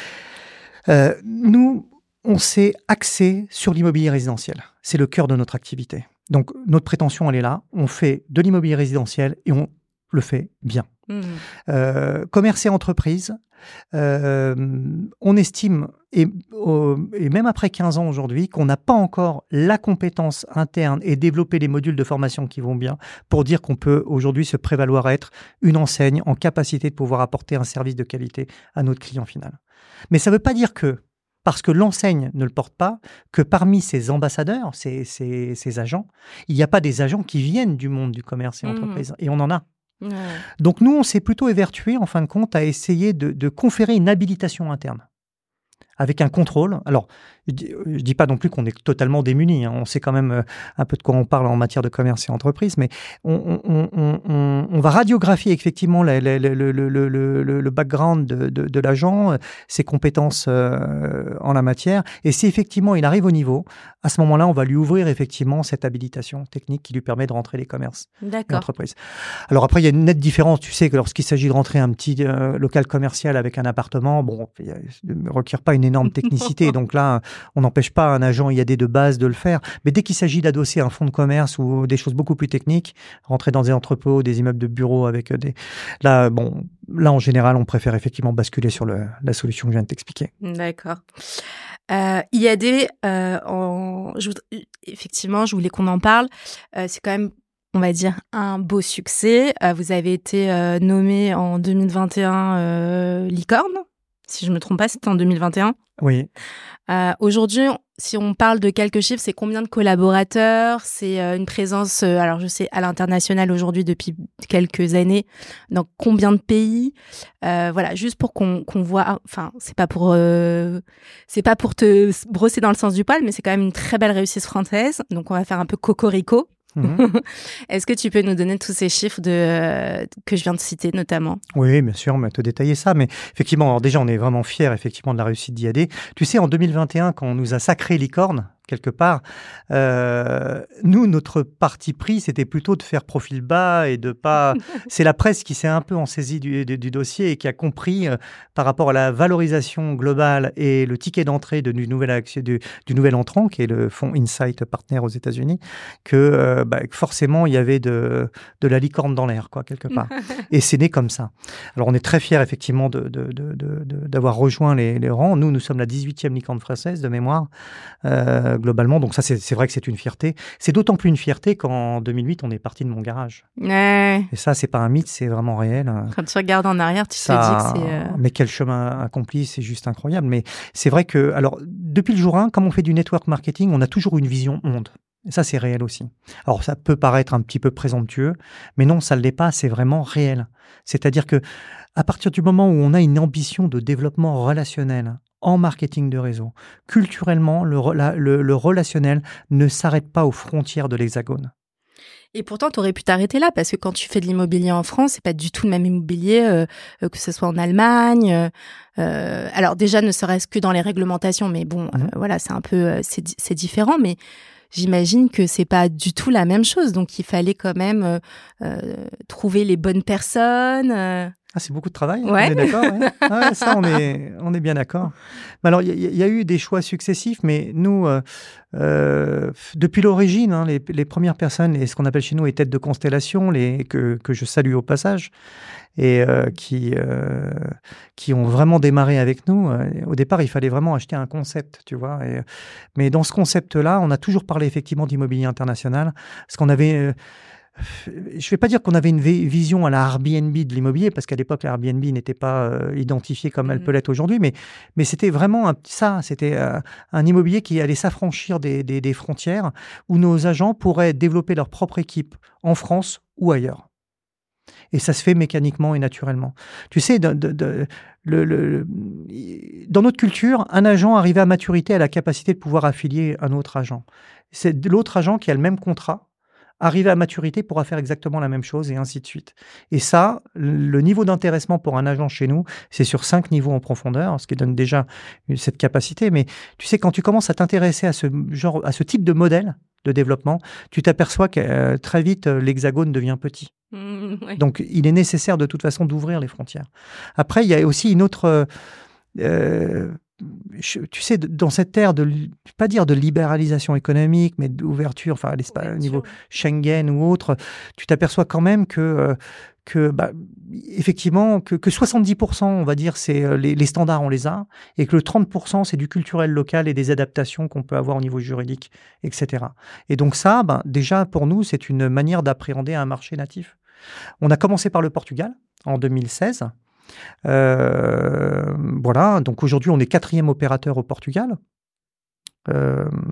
Euh, nous. On s'est axé sur l'immobilier résidentiel. C'est le cœur de notre activité. Donc, notre prétention, elle est là. On fait de l'immobilier résidentiel et on le fait bien. Mmh. Euh, commerce et entreprise, euh, on estime, et, euh, et même après quinze ans aujourd'hui, qu'on n'a pas encore la compétence interne et développer les modules de formation qui vont bien pour dire qu'on peut aujourd'hui se prévaloir à être une enseigne en capacité de pouvoir apporter un service de qualité à notre client final. Mais ça ne veut pas dire que parce que l'enseigne ne le porte pas, que parmi ses ambassadeurs, ses, ses, ses agents, il n'y a pas des agents qui viennent du monde du commerce et entreprise. Mmh. Et on en a. Mmh. Donc nous, on s'est plutôt évertué, en fin de compte, à essayer de, de conférer une habilitation interne avec un contrôle. Alors, je dis, je dis pas non plus qu'on est totalement démunis. Hein. On sait quand même euh, un peu de quoi on parle en matière de commerce et entreprise, mais on, on, on, on, on va radiographier effectivement la, la, la, le, le, le, le, le background de, de, de l'agent, ses compétences euh, en la matière. Et si effectivement il arrive au niveau, à ce moment-là, on va lui ouvrir effectivement cette habilitation technique qui lui permet de rentrer les commerces et entreprises. Alors après, il y a une nette différence. Tu sais que lorsqu'il s'agit de rentrer un petit euh, local commercial avec un appartement, bon, il ne requiert pas une énorme technicité. Donc là, on n'empêche pas un agent I A D de base de le faire. Mais dès qu'il s'agit d'adosser un fonds de commerce ou des choses beaucoup plus techniques, rentrer dans des entrepôts, des immeubles de bureaux avec des... Là, bon, là, en général, on préfère effectivement basculer sur le, la solution que je viens de t'expliquer. D'accord. Euh, I A D, euh, en... je... effectivement, je voulais qu'on en parle. Euh, c'est quand même, on va dire, un beau succès. Euh, vous avez été euh, nommé en deux mille vingt et un euh, licorne. Si je me trompe pas, c'était en deux mille vingt et un. Oui. Euh, aujourd'hui, si on parle de quelques chiffres, c'est combien de collaborateurs? C'est euh, une présence, euh, alors je sais, à l'international aujourd'hui depuis quelques années. Dans combien de pays? euh, Voilà, juste pour qu'on qu'on voit. Enfin, c'est pas pour, euh, c'est pas pour te brosser dans le sens du poil, mais c'est quand même une très belle réussite française. Donc, on va faire un peu cocorico. Mmh. Est-ce que tu peux nous donner tous ces chiffres de, euh, que je viens de citer notamment? Oui, bien sûr, on va te détailler ça. Mais effectivement, alors déjà, on est vraiment fiers effectivement de la réussite d'I A D. Tu sais, en deux mille vingt et un, quand on nous a sacré licorne, quelque part, euh, nous, notre parti pris, c'était plutôt de faire profil bas et de pas... C'est la presse qui s'est un peu en saisie du, du, du dossier et qui a compris, euh, par rapport à la valorisation globale et le ticket d'entrée de, du, nouvel action, du, du nouvel entrant, qui est le fonds Insight Partner aux États-Unis, que euh, bah, forcément, il y avait de, de la licorne dans l'air, quoi, quelque part. Et c'est né comme ça. Alors, on est très fiers, effectivement, de, de, de, de, de, d'avoir rejoint les, les rangs. Nous, nous sommes la dix-huitième licorne française de mémoire. Euh, globalement, donc ça c'est, c'est vrai que c'est une fierté. C'est d'autant plus une fierté qu'en deux mille huit, on est parti de mon garage. Ouais. Et ça, c'est pas un mythe, c'est vraiment réel. Quand tu regardes en arrière, tu ça, te dis que c'est... Euh... Mais quel chemin accompli, c'est juste incroyable. Mais c'est vrai que, alors, depuis le jour un, comme on fait du network marketing, on a toujours une vision onde. Et ça, c'est réel aussi. Alors, ça peut paraître un petit peu présomptueux, mais non, ça ne l'est pas, c'est vraiment réel. C'est-à-dire que à partir du moment où on a une ambition de développement relationnel en marketing de réseau, culturellement, le, la, le, le relationnel ne s'arrête pas aux frontières de l'Hexagone. Et pourtant, tu aurais pu t'arrêter là, parce que quand tu fais de l'immobilier en France, c'est pas du tout le même immobilier euh, euh, que ce soit en Allemagne. Euh, alors déjà, ne serait-ce que dans les réglementations, mais bon, mmh. euh, voilà, c'est un peu, euh, c'est, c'est différent, mais j'imagine que c'est pas du tout la même chose. Donc, il fallait quand même euh, euh, trouver les bonnes personnes. Euh... Ah, c'est beaucoup de travail, hein, ouais. On est d'accord ouais. Ah, ça, on est, on est bien d'accord. Mais alors, il y, y a eu des choix successifs, mais nous, euh, euh, depuis l'origine, hein, les, les premières personnes, et ce qu'on appelle chez nous les têtes de constellation, les, que, que je salue au passage, et euh, qui, euh, qui ont vraiment démarré avec nous. Euh, au départ, il fallait vraiment acheter un concept, tu vois. Et, mais dans ce concept-là, on a toujours parlé effectivement d'immobilier international, parce qu'on avait... Euh, je ne vais pas dire qu'on avait une vision à la Airbnb de l'immobilier, parce qu'à l'époque, la Airbnb n'était pas euh, identifiée comme elle mmh. peut l'être aujourd'hui, mais, mais c'était vraiment un, ça, c'était euh, un immobilier qui allait s'affranchir des, des, des frontières, où nos agents pourraient développer leur propre équipe en France ou ailleurs. Et ça se fait mécaniquement et naturellement. Tu sais, de, de, de, le, le, dans notre culture, un agent arrivé à maturité a la capacité de pouvoir affilier un autre agent. C'est l'autre agent qui a le même contrat, arrivé à maturité pourra faire exactement la même chose et ainsi de suite. Et ça, le niveau d'intéressement pour un agent chez nous, c'est sur cinq niveaux en profondeur, ce qui donne déjà cette capacité. Mais tu sais, quand tu commences à t'intéresser à ce genre, à ce type de modèle de développement, tu t'aperçois que euh, très vite, euh, l'hexagone devient petit. Mmh, ouais. Donc, il est nécessaire de toute façon d'ouvrir les frontières. Après, il y a aussi une autre... Euh, Je, tu sais, dans cette ère de, pas dire de libéralisation économique, mais d'ouverture, enfin, à l'espace, au niveau Schengen ou autre, tu t'aperçois quand même que, euh, que bah, effectivement, que, que soixante-dix pour cent, on va dire, c'est les, les standards, on les a, et que le trente pour cent, c'est du culturel local et des adaptations qu'on peut avoir au niveau juridique, et cetera. Et donc ça, bah, déjà, pour nous, c'est une manière d'appréhender un marché natif. On a commencé par le Portugal, en deux mille seize. Euh, voilà, donc aujourd'hui on est quatrième opérateur au Portugal. Euh,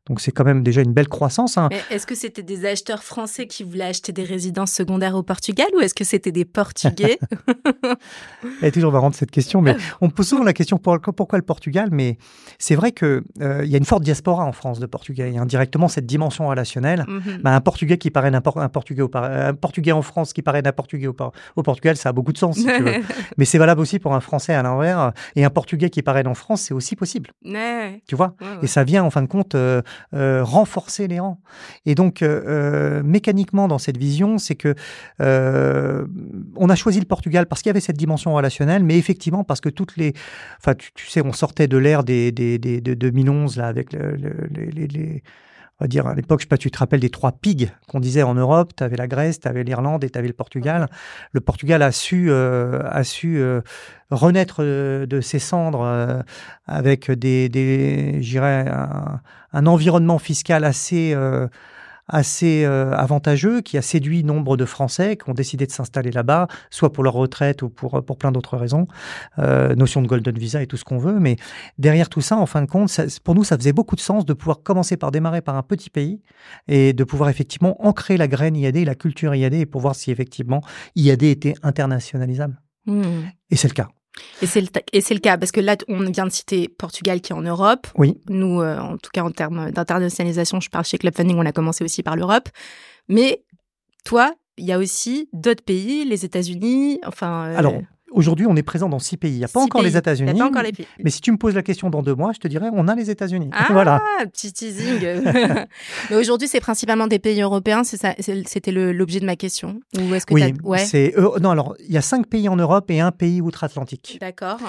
Donc, c'est quand même déjà une belle croissance. Hein. Mais est-ce que c'était des acheteurs français qui voulaient acheter des résidences secondaires au Portugal ou est-ce que c'était des Portugais? Elle est toujours marrante cette question, mais on me pose souvent la question pour, pourquoi le Portugal, mais c'est vrai qu'il euh, y a une forte diaspora en France de Portugais. Il y a indirectement cette dimension relationnelle. Mm-hmm. Bah, un Portugais qui parraine un, un, Portugais au, un Portugais en France qui parraine un Portugais au, au Portugal, ça a beaucoup de sens, si tu veux. Mais c'est valable aussi pour un Français à l'envers. Et un Portugais qui parraine en France, c'est aussi possible. Ouais. Tu vois, ouais, ouais. Et ça vient, en fin de compte, euh, euh, renforcer les rangs. Et donc, euh, mécaniquement, dans cette vision, c'est que euh, on a choisi le Portugal parce qu'il y avait cette dimension relationnelle, mais effectivement, parce que toutes les... Enfin, tu, tu sais, on sortait de l'ère des, des, des, de deux mille onze, là, avec le, le, les... les on va dire, à l'époque, je sais pas, tu te rappelles des trois pigs qu'on disait en Europe. Tu avais la Grèce, tu avais l'Irlande et tu avais le Portugal. Okay. Le Portugal a su, euh, a su euh, renaître de, de ses cendres euh, avec des, des je dirais, un, un environnement fiscal assez... Euh, assez euh, avantageux, qui a séduit nombre de Français qui ont décidé de s'installer là-bas, soit pour leur retraite ou pour, pour plein d'autres raisons. Euh, notion de Golden Visa et tout ce qu'on veut. Mais derrière tout ça, en fin de compte, ça, pour nous, ça faisait beaucoup de sens de pouvoir commencer par démarrer par un petit pays et de pouvoir effectivement ancrer la graine I A D, la culture I A D, et pour voir si effectivement I A D était internationalisable. Mmh. Et c'est le cas. Et c'est, le ta- et c'est le cas, parce que là, on vient de citer Portugal qui est en Europe. Oui. Nous, euh, en tout cas, en termes d'internationalisation, je parle chez Club Funding, on a commencé aussi par l'Europe. Mais toi, il y a aussi d'autres pays, les États-Unis, enfin... Euh... Alors, aujourd'hui, on est présent dans six pays. Il n'y a pas encore pays. les États-Unis. Il n'y a pas encore les pays. Mais si tu me poses la question dans deux mois, je te dirais, on a les États-Unis. Ah, voilà. Petit teasing. Mais aujourd'hui, c'est principalement des pays européens. C'est ça, c'était le, l'objet de ma question. Ou est-ce que oui, t'as... ouais. c'est euh, non. Alors, il y a cinq pays en Europe et un pays outre-Atlantique. D'accord.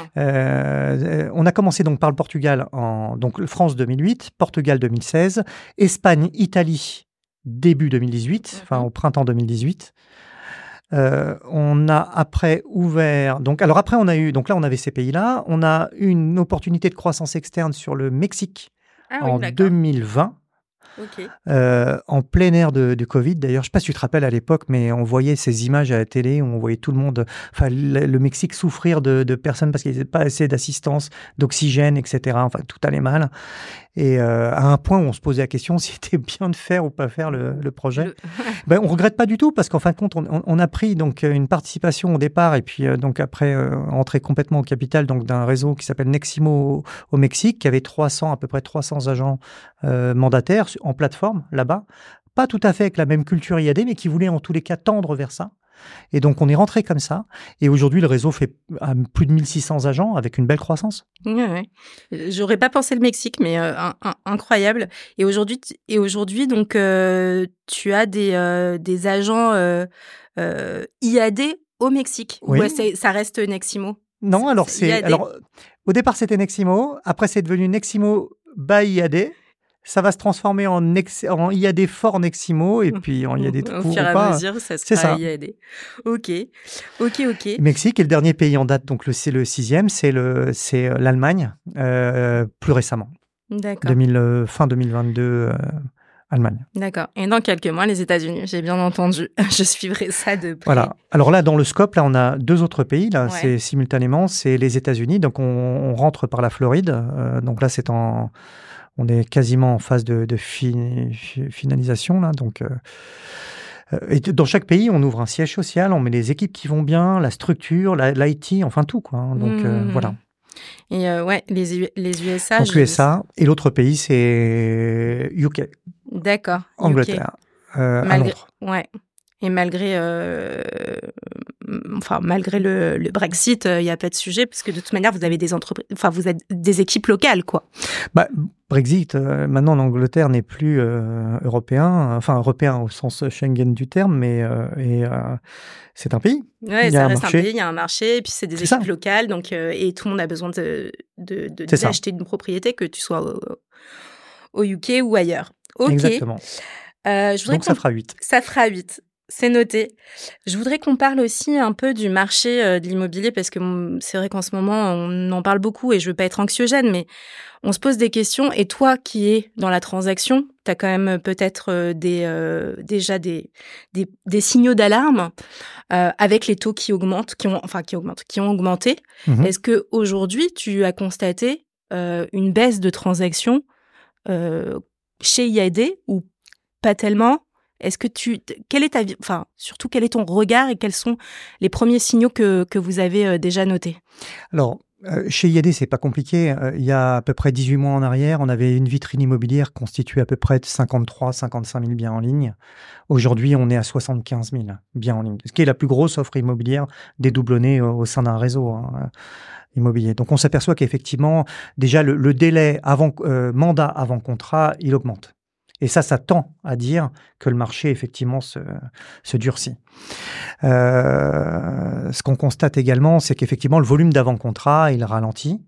Euh, on a commencé donc par le Portugal, en donc France deux mille huit, Portugal deux mille seize, Espagne, Italie début deux mille dix-huit, mm-hmm. enfin au printemps deux mille dix-huit. Euh, on a après ouvert, donc alors après on a eu, donc là on avait ces pays-là, on a eu une opportunité de croissance externe sur le Mexique ah, en oui, deux mille vingt. Okay. Euh, en plein air de, de Covid. D'ailleurs, je ne sais pas si tu te rappelles à l'époque, mais on voyait ces images à la télé où on voyait tout le monde, enfin le, le Mexique souffrir de, de personnes parce qu'il n'y avait pas assez d'assistance, d'oxygène, et cetera. Enfin, tout allait mal. Et euh, à un point où on se posait la question si c'était bien de faire ou pas faire le, le projet. Le... ben, on regrette pas du tout parce qu'en fin de compte, on, on a pris donc une participation au départ et puis euh, donc après euh, entré complètement au capital donc d'un réseau qui s'appelle Neximo au, au Mexique, qui avait trois cents à peu près trois cents agents euh, mandataires en plateforme là-bas, pas tout à fait avec la même culture I A D, mais qui voulait en tous les cas tendre vers ça. Et donc, on est rentré comme ça. Et aujourd'hui, le réseau fait plus de mille six cents agents avec une belle croissance. Ouais, ouais. J'aurais pas pensé le Mexique, mais euh, un, un, incroyable. Et aujourd'hui, et aujourd'hui donc, euh, tu as des, euh, des agents euh, euh, I A D au Mexique. Oui. Ou c'est, ça reste Neximo? Non, c'est, alors c'est... Alors, au départ, c'était Neximo. Après, c'est devenu Neximo by I A D. Ça va se transformer en, ex, en I A D fort Neximo et puis en I A D tout court. Au fur et à pas. mesure, ça sera ça. I A D. Ok, ok, ok. Le Mexique est le dernier pays en date, donc le, c'est le sixième, c'est, le, c'est l'Allemagne, euh, plus récemment. D'accord. deux mille, euh, fin deux mille vingt-deux, euh, Allemagne. D'accord. Et dans quelques mois, les États-Unis, j'ai bien entendu. Je suivrai ça de près. Voilà. Alors là, dans le scope, là, on a deux autres pays. Là, ouais. c'est simultanément, c'est les États-Unis. Donc on, on rentre par la Floride. Euh, donc là, c'est en... On est quasiment en phase de, de fi, finalisation, là. Donc, euh, et dans chaque pays, on ouvre un siège social, on met les équipes qui vont bien, la structure, la, l'I T, enfin tout, quoi. Donc, mmh. euh, voilà. Et euh, ouais, les, les U S A. Donc, U S A. Et l'autre pays, c'est U K. D'accord. Angleterre. U K. Euh, Malgré, à Londres. Ouais. Et malgré, euh, enfin, malgré le, le Brexit, il euh, n'y a pas de sujet, parce que de toute manière, vous avez des entreprises, enfin, vous êtes des équipes locales, quoi. Bah, Brexit, euh, maintenant, l'Angleterre n'est plus euh, européen, enfin, européen au sens Schengen du terme, mais euh, et, euh, c'est un pays. Ouais, ça un reste marché. un pays, il y a un marché, et puis c'est des c'est équipes ça. locales, donc, euh, et tout le monde a besoin de, de, de d'acheter une propriété, que tu sois au, au U K ou ailleurs. Ok. Exactement. Euh, je donc, ça fera huit. Ça fera huit. C'est noté. Je voudrais qu'on parle aussi un peu du marché euh, de l'immobilier parce que c'est vrai qu'en ce moment, on en parle beaucoup et je veux pas être anxiogène, mais on se pose des questions. Et toi qui es dans la transaction, tu as quand même peut-être euh, des, euh, déjà des, des, des signaux d'alarme euh, avec les taux qui augmentent, qui ont, enfin qui augmentent, qui ont augmenté. Mmh. Est-ce que aujourd'hui tu as constaté euh, une baisse de transactions euh, chez I A D ou pas tellement? Est-ce que tu, quelle est ta, enfin, surtout quel est ton regard et quels sont les premiers signaux que, que vous avez euh, déjà notés? Alors, euh, chez I A D, c'est pas compliqué. Euh, il y a à peu près dix-huit mois en arrière, on avait une vitrine immobilière constituée à peu près de cinquante-trois à cinquante-cinq mille biens en ligne. Aujourd'hui, on est à soixante-quinze mille biens en ligne, ce qui est la plus grosse offre immobilière dédoublonnée au, au sein d'un réseau hein, immobilier. Donc, on s'aperçoit qu'effectivement, déjà, le, le délai avant, euh, mandat avant contrat, il augmente. Et ça, ça tend à dire que le marché, effectivement, se, se durcit. Euh, ce qu'on constate également, c'est qu'effectivement, le volume d'avant-contrat, il ralentit.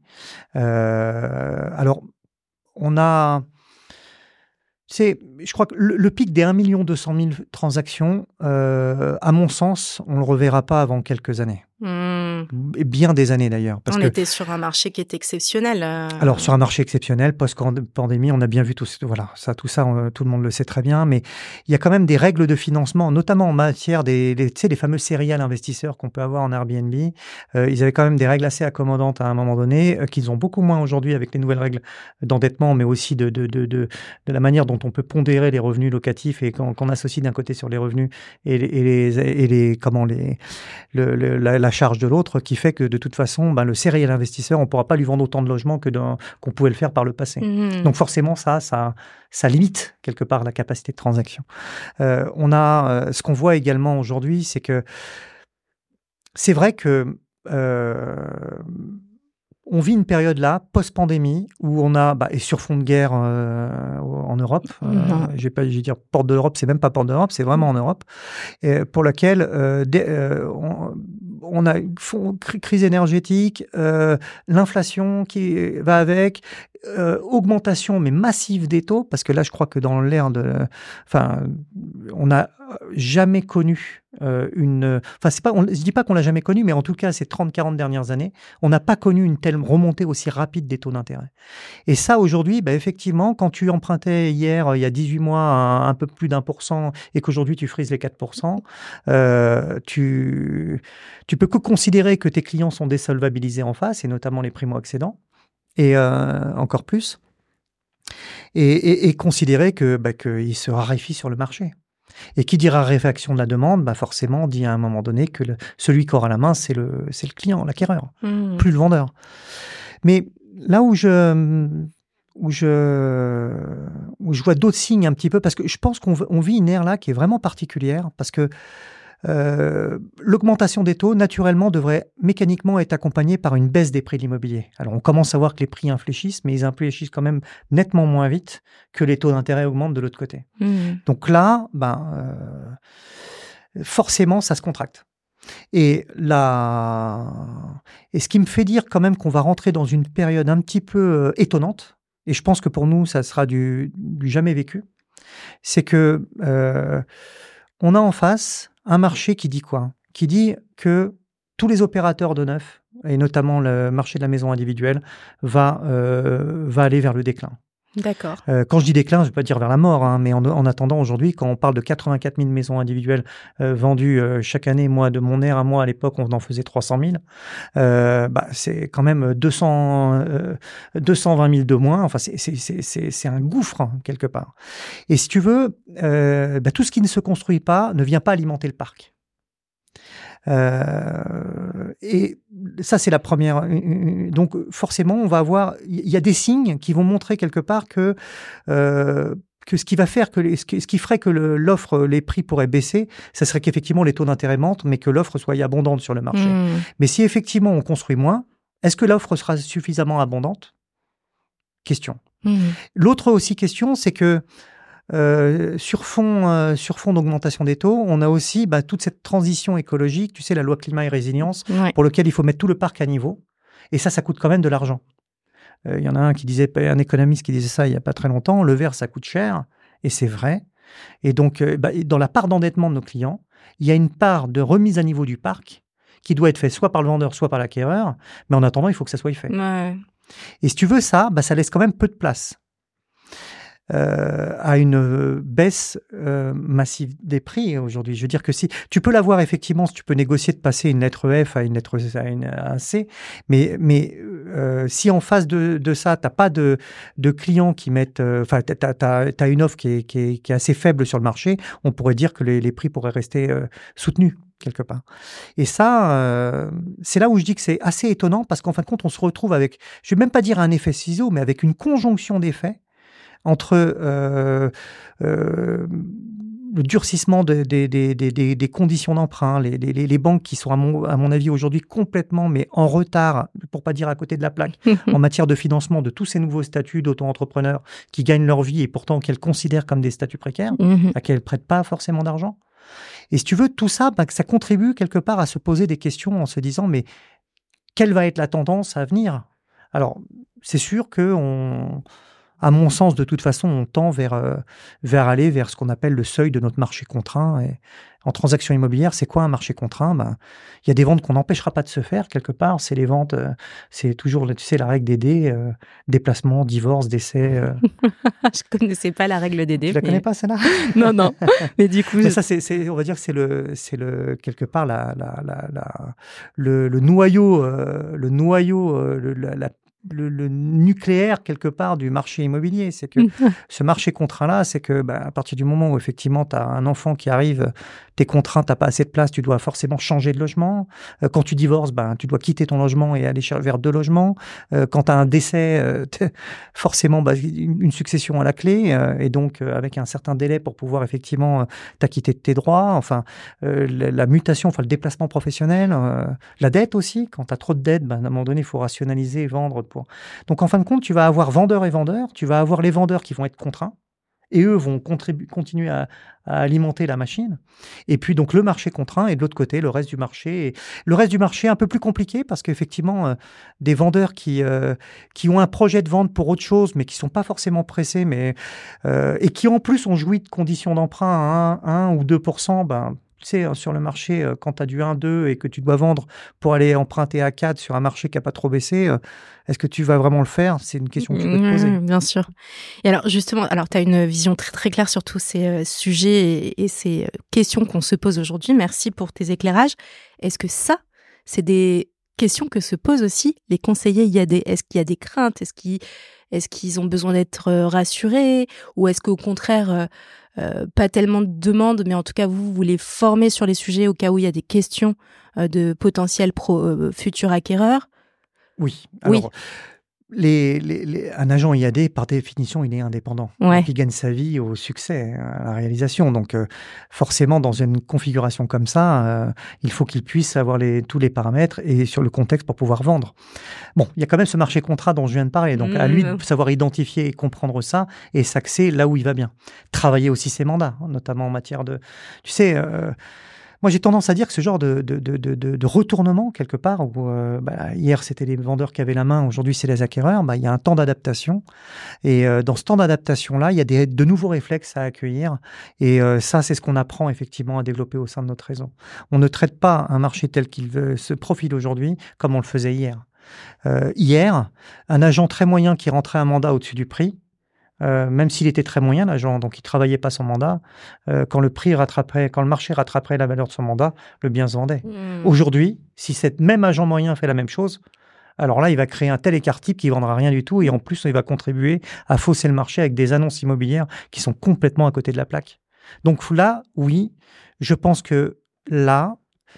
Euh, alors, on a... C'est, je crois que le, le pic des un million deux cent mille transactions, euh, à mon sens, on ne le reverra pas avant quelques années. Mmh. Et bien des années d'ailleurs. Parce on que, était sur un marché qui est exceptionnel. Euh... Alors sur un marché exceptionnel, post-pandémie, on a bien vu tout, voilà, ça, tout ça, on, tout le monde le sait très bien, mais il y a quand même des règles de financement, notamment en matière des, des, tu sais, des fameux serial investisseurs qu'on peut avoir en Airbnb. Euh, ils avaient quand même des règles assez accommodantes à un moment donné, euh, qu'ils ont beaucoup moins aujourd'hui avec les nouvelles règles d'endettement, mais aussi de, de, de, de, de la manière dont on peut pondérer les revenus locatifs et qu'on, qu'on associe d'un côté sur les revenus et les, et les, et les comment les, le, le, la, la charge de l'autre, qui fait que de toute façon, ben, le serial investisseur, on ne pourra pas lui vendre autant de logements que dans, qu'on pouvait le faire par le passé. Mmh. Donc forcément, ça, ça, ça limite quelque part la capacité de transaction. Euh, on a, euh, ce qu'on voit également aujourd'hui, c'est que c'est vrai que euh, on vit une période là, post-pandémie, où on a, bah, et sur fond de guerre euh, en Europe, euh, mmh. je vais pas, je vais dire porte de l'Europe, c'est même pas porte de l'Europe, c'est vraiment en Europe, et pour laquelle euh, des, euh, on, on a une crise énergétique, euh, l'inflation qui va avec, euh, augmentation mais massive des taux, parce que là, je crois que dans l'ère de, enfin, on n'a jamais connu euh, une, enfin, c'est pas, on, je dis pas qu'on l'a jamais connu, mais en tout cas, ces trente quarante dernières années, on n'a pas connu une telle remontée aussi rapide des taux d'intérêt. Et ça, aujourd'hui, bah, effectivement, quand tu empruntais hier, il y a dix-huit mois, un, un peu plus d'un pour cent, et qu'aujourd'hui, tu frises les quatre pour cent, euh, tu, tu peux que considérer que tes clients sont désolvabilisés en face, et notamment les primo-accédants, et euh, encore plus, et, et, et considérer que, bah, qu'ils se raréfient sur le marché. Et qui dit raréfaction de la demande, bah forcément dit à un moment donné que le, celui qui aura la main, c'est le, c'est le client, l'acquéreur, mmh. plus le vendeur. Mais là où je, où je, où je vois d'autres signes un petit peu, parce que je pense qu'on on vit une ère là qui est vraiment particulière, parce que euh, l'augmentation des taux, naturellement, devrait mécaniquement être accompagnée par une baisse des prix de l'immobilier. Alors, on commence à voir que les prix infléchissent, mais ils infléchissent quand même nettement moins vite que les taux d'intérêt augmentent de l'autre côté. Mmh. Donc là, ben, euh, forcément, ça se contracte. Et, la... Et ce qui me fait dire quand même qu'on va rentrer dans une période un petit peu euh, étonnante, et je pense que pour nous, ça sera du, du jamais vécu, c'est que euh, on a en face un marché qui dit quoi ? Qui dit que tous les opérateurs de neuf, et notamment le marché de la maison individuelle, va, euh, va aller vers le déclin. D'accord. Euh, quand je dis déclin, je ne veux pas dire vers la mort, hein, mais en, en attendant aujourd'hui, quand on parle de quatre-vingt-quatre mille maisons individuelles euh, vendues euh, chaque année, moi, de mon ère à moi, à l'époque, on en faisait trois cent mille, euh, bah, c'est quand même deux cents, euh, deux cent vingt mille de moins, enfin, c'est, c'est, c'est, c'est, c'est un gouffre, hein, quelque part. Et si tu veux, euh, bah, tout ce qui ne se construit pas ne vient pas alimenter le parc. Euh, et ça, c'est la première. Donc, forcément, on va avoir. Il y a des signes qui vont montrer quelque part que euh, que ce qui va faire que les, ce, qui, ce qui ferait que le, l'offre, les prix pourraient baisser, ça serait qu'effectivement les taux d'intérêt montent, mais que l'offre soit abondante sur le marché. Mmh. Mais si effectivement on construit moins, est-ce que l'offre sera suffisamment abondante ? Question. Mmh. L'autre aussi question, c'est que Euh, sur fond, euh, sur fond d'augmentation des taux, on a aussi bah, toute cette transition écologique, tu sais, la loi climat et résilience, ouais. pour lequel il faut mettre tout le parc à niveau. Et ça, ça coûte quand même de l'argent. Il euh, y en a un qui disait, un économiste qui disait ça il n'y a pas très longtemps, le verre, ça coûte cher, et c'est vrai. Et donc, euh, bah, dans la part d'endettement de nos clients, il y a une part de remise à niveau du parc qui doit être faite soit par le vendeur, soit par l'acquéreur, mais en attendant, il faut que ça soit fait. Ouais. Et si tu veux ça, bah, ça laisse quand même peu de place. euh, à une baisse euh, massive des prix aujourd'hui. Je veux dire que si tu peux l'avoir effectivement, si tu peux négocier de passer une lettre F à une lettre à une à un C, mais mais euh, si en face de, de ça, t'as pas de de clients qui mettent, enfin, euh, t'as t'as t'as une offre qui est qui est qui est assez faible sur le marché, on pourrait dire que les les prix pourraient rester euh, soutenus quelque part. Et ça, euh, c'est là où je dis que c'est assez étonnant parce qu'en fin de compte, on se retrouve avec, je vais même pas dire un effet ciseau, mais avec une conjonction d'effets entre euh, euh, le durcissement de, de, de, de, de, des conditions d'emprunt, les, les, les banques qui sont, à mon, à mon avis, aujourd'hui complètement, mais en retard, pour pas dire à côté de la plaque, en matière de financement de tous ces nouveaux statuts d'auto-entrepreneurs qui gagnent leur vie et pourtant qu'elles considèrent comme des statuts précaires, à qui elles ne prêtent pas forcément d'argent. Et si tu veux, tout ça, bah, ça contribue quelque part à se poser des questions en se disant, mais quelle va être la tendance à venir? Alors, c'est sûr que, on, à mon sens, de toute façon, on tend vers, euh, vers aller vers ce qu'on appelle le seuil de notre marché contraint. Et en transaction immobilière, c'est quoi un marché contraint? Ben, il y a des ventes qu'on n'empêchera pas de se faire quelque part. C'est les ventes, euh, c'est toujours, tu sais, la règle des D, euh, déplacement, divorce, décès. Euh... Je connaissais pas la règle des D. Tu la mais... connais pas, celle-là? Non, non. Mais du coup, mais je... ça, c'est, c'est, on va dire que c'est le, c'est le quelque part la, la, la, la le, le noyau, euh, le noyau, euh, le, la, la Le, le nucléaire quelque part du marché immobilier. C'est que ce marché contraint-là, c'est que bah, à partir du moment où effectivement tu as un enfant qui arrive, t'es contraint, t'as pas assez de place, tu dois forcément changer de logement. Euh, quand tu divorces, bah, tu dois quitter ton logement et aller vers deux logements. Euh, quand tu as un décès, euh, forcément bah, une, une succession à la clé euh, et donc euh, avec un certain délai pour pouvoir effectivement euh, t'acquitter de tes droits. Enfin, euh, la, la mutation, enfin le déplacement professionnel, euh, la dette aussi. Quand tu as trop de dettes, bah, à un moment donné, il faut rationaliser et vendre. Pour... Donc, en fin de compte, tu vas avoir vendeurs et vendeurs. Tu vas avoir les vendeurs qui vont être contraints et eux vont contribu- continuer à, à alimenter la machine. Et puis, donc, le marché contraint et de l'autre côté, le reste du marché. Et le reste du marché un peu plus compliqué parce qu'effectivement, euh, des vendeurs qui, euh, qui ont un projet de vente pour autre chose, mais qui ne sont pas forcément pressés mais, euh, et qui, en plus, ont joui de conditions d'emprunt à un ou deux pour cent, ben, tu sais, sur le marché, quand tu as du un deux et que tu dois vendre pour aller emprunter à quatre sur un marché qui n'a pas trop baissé, est-ce que tu vas vraiment le faire? C'est une question que tu peux te poser. Mmh, bien sûr. Et alors, justement, alors, tu as une vision très, très claire sur tous ces euh, sujets et, et ces questions qu'on se pose aujourd'hui. Merci pour tes éclairages. Est-ce que ça, c'est des questions que se posent aussi les conseillers I A D? Est-ce qu'il y a des craintes? Est-ce qu'ils, est-ce qu'ils ont besoin d'être rassurés? Ou est-ce qu'au contraire... Euh, Euh, pas tellement de demandes, mais en tout cas, vous, vous les formez sur les sujets au cas où il y a des questions euh, de potentiels pro, euh, futurs acquéreurs? Oui. Alors, oui. Les, les, les, un agent I A D, par définition, il est indépendant. Ouais. Donc, il gagne sa vie au succès, à la réalisation. Donc, euh, forcément, dans une configuration comme ça, euh, il faut qu'il puisse avoir les, tous les paramètres et sur le contexte pour pouvoir vendre. Bon, il y a quand même ce marché contrat dont je viens de parler. Donc, mmh. à lui de savoir identifier et comprendre ça et s'axer là où il va bien. Travailler aussi ses mandats, notamment en matière de... Tu sais... Euh, Moi, j'ai tendance à dire que ce genre de, de, de, de, de retournement, quelque part, où euh, bah, hier, c'était les vendeurs qui avaient la main, aujourd'hui, c'est les acquéreurs, bah, il y a un temps d'adaptation. Et euh, dans ce temps d'adaptation-là, il y a des, de nouveaux réflexes à accueillir. Et euh, ça, c'est ce qu'on apprend effectivement à développer au sein de notre réseau. On ne traite pas un marché tel qu'il veut, se profile aujourd'hui comme on le faisait hier. Euh, hier, un agent très moyen qui rentrait un mandat au-dessus du prix, Euh, même s'il était très moyen, l'agent, donc il travaillait pas son mandat, euh, quand le prix rattraperait, quand le marché rattraperait la valeur de son mandat, le bien se vendait. Mmh. Aujourd'hui, si cet même agent moyen fait la même chose, alors là, il va créer un tel écart type qu'il ne vendra rien du tout et en plus, il va contribuer à fausser le marché avec des annonces immobilières qui sont complètement à côté de la plaque. Donc là, oui, je pense que là,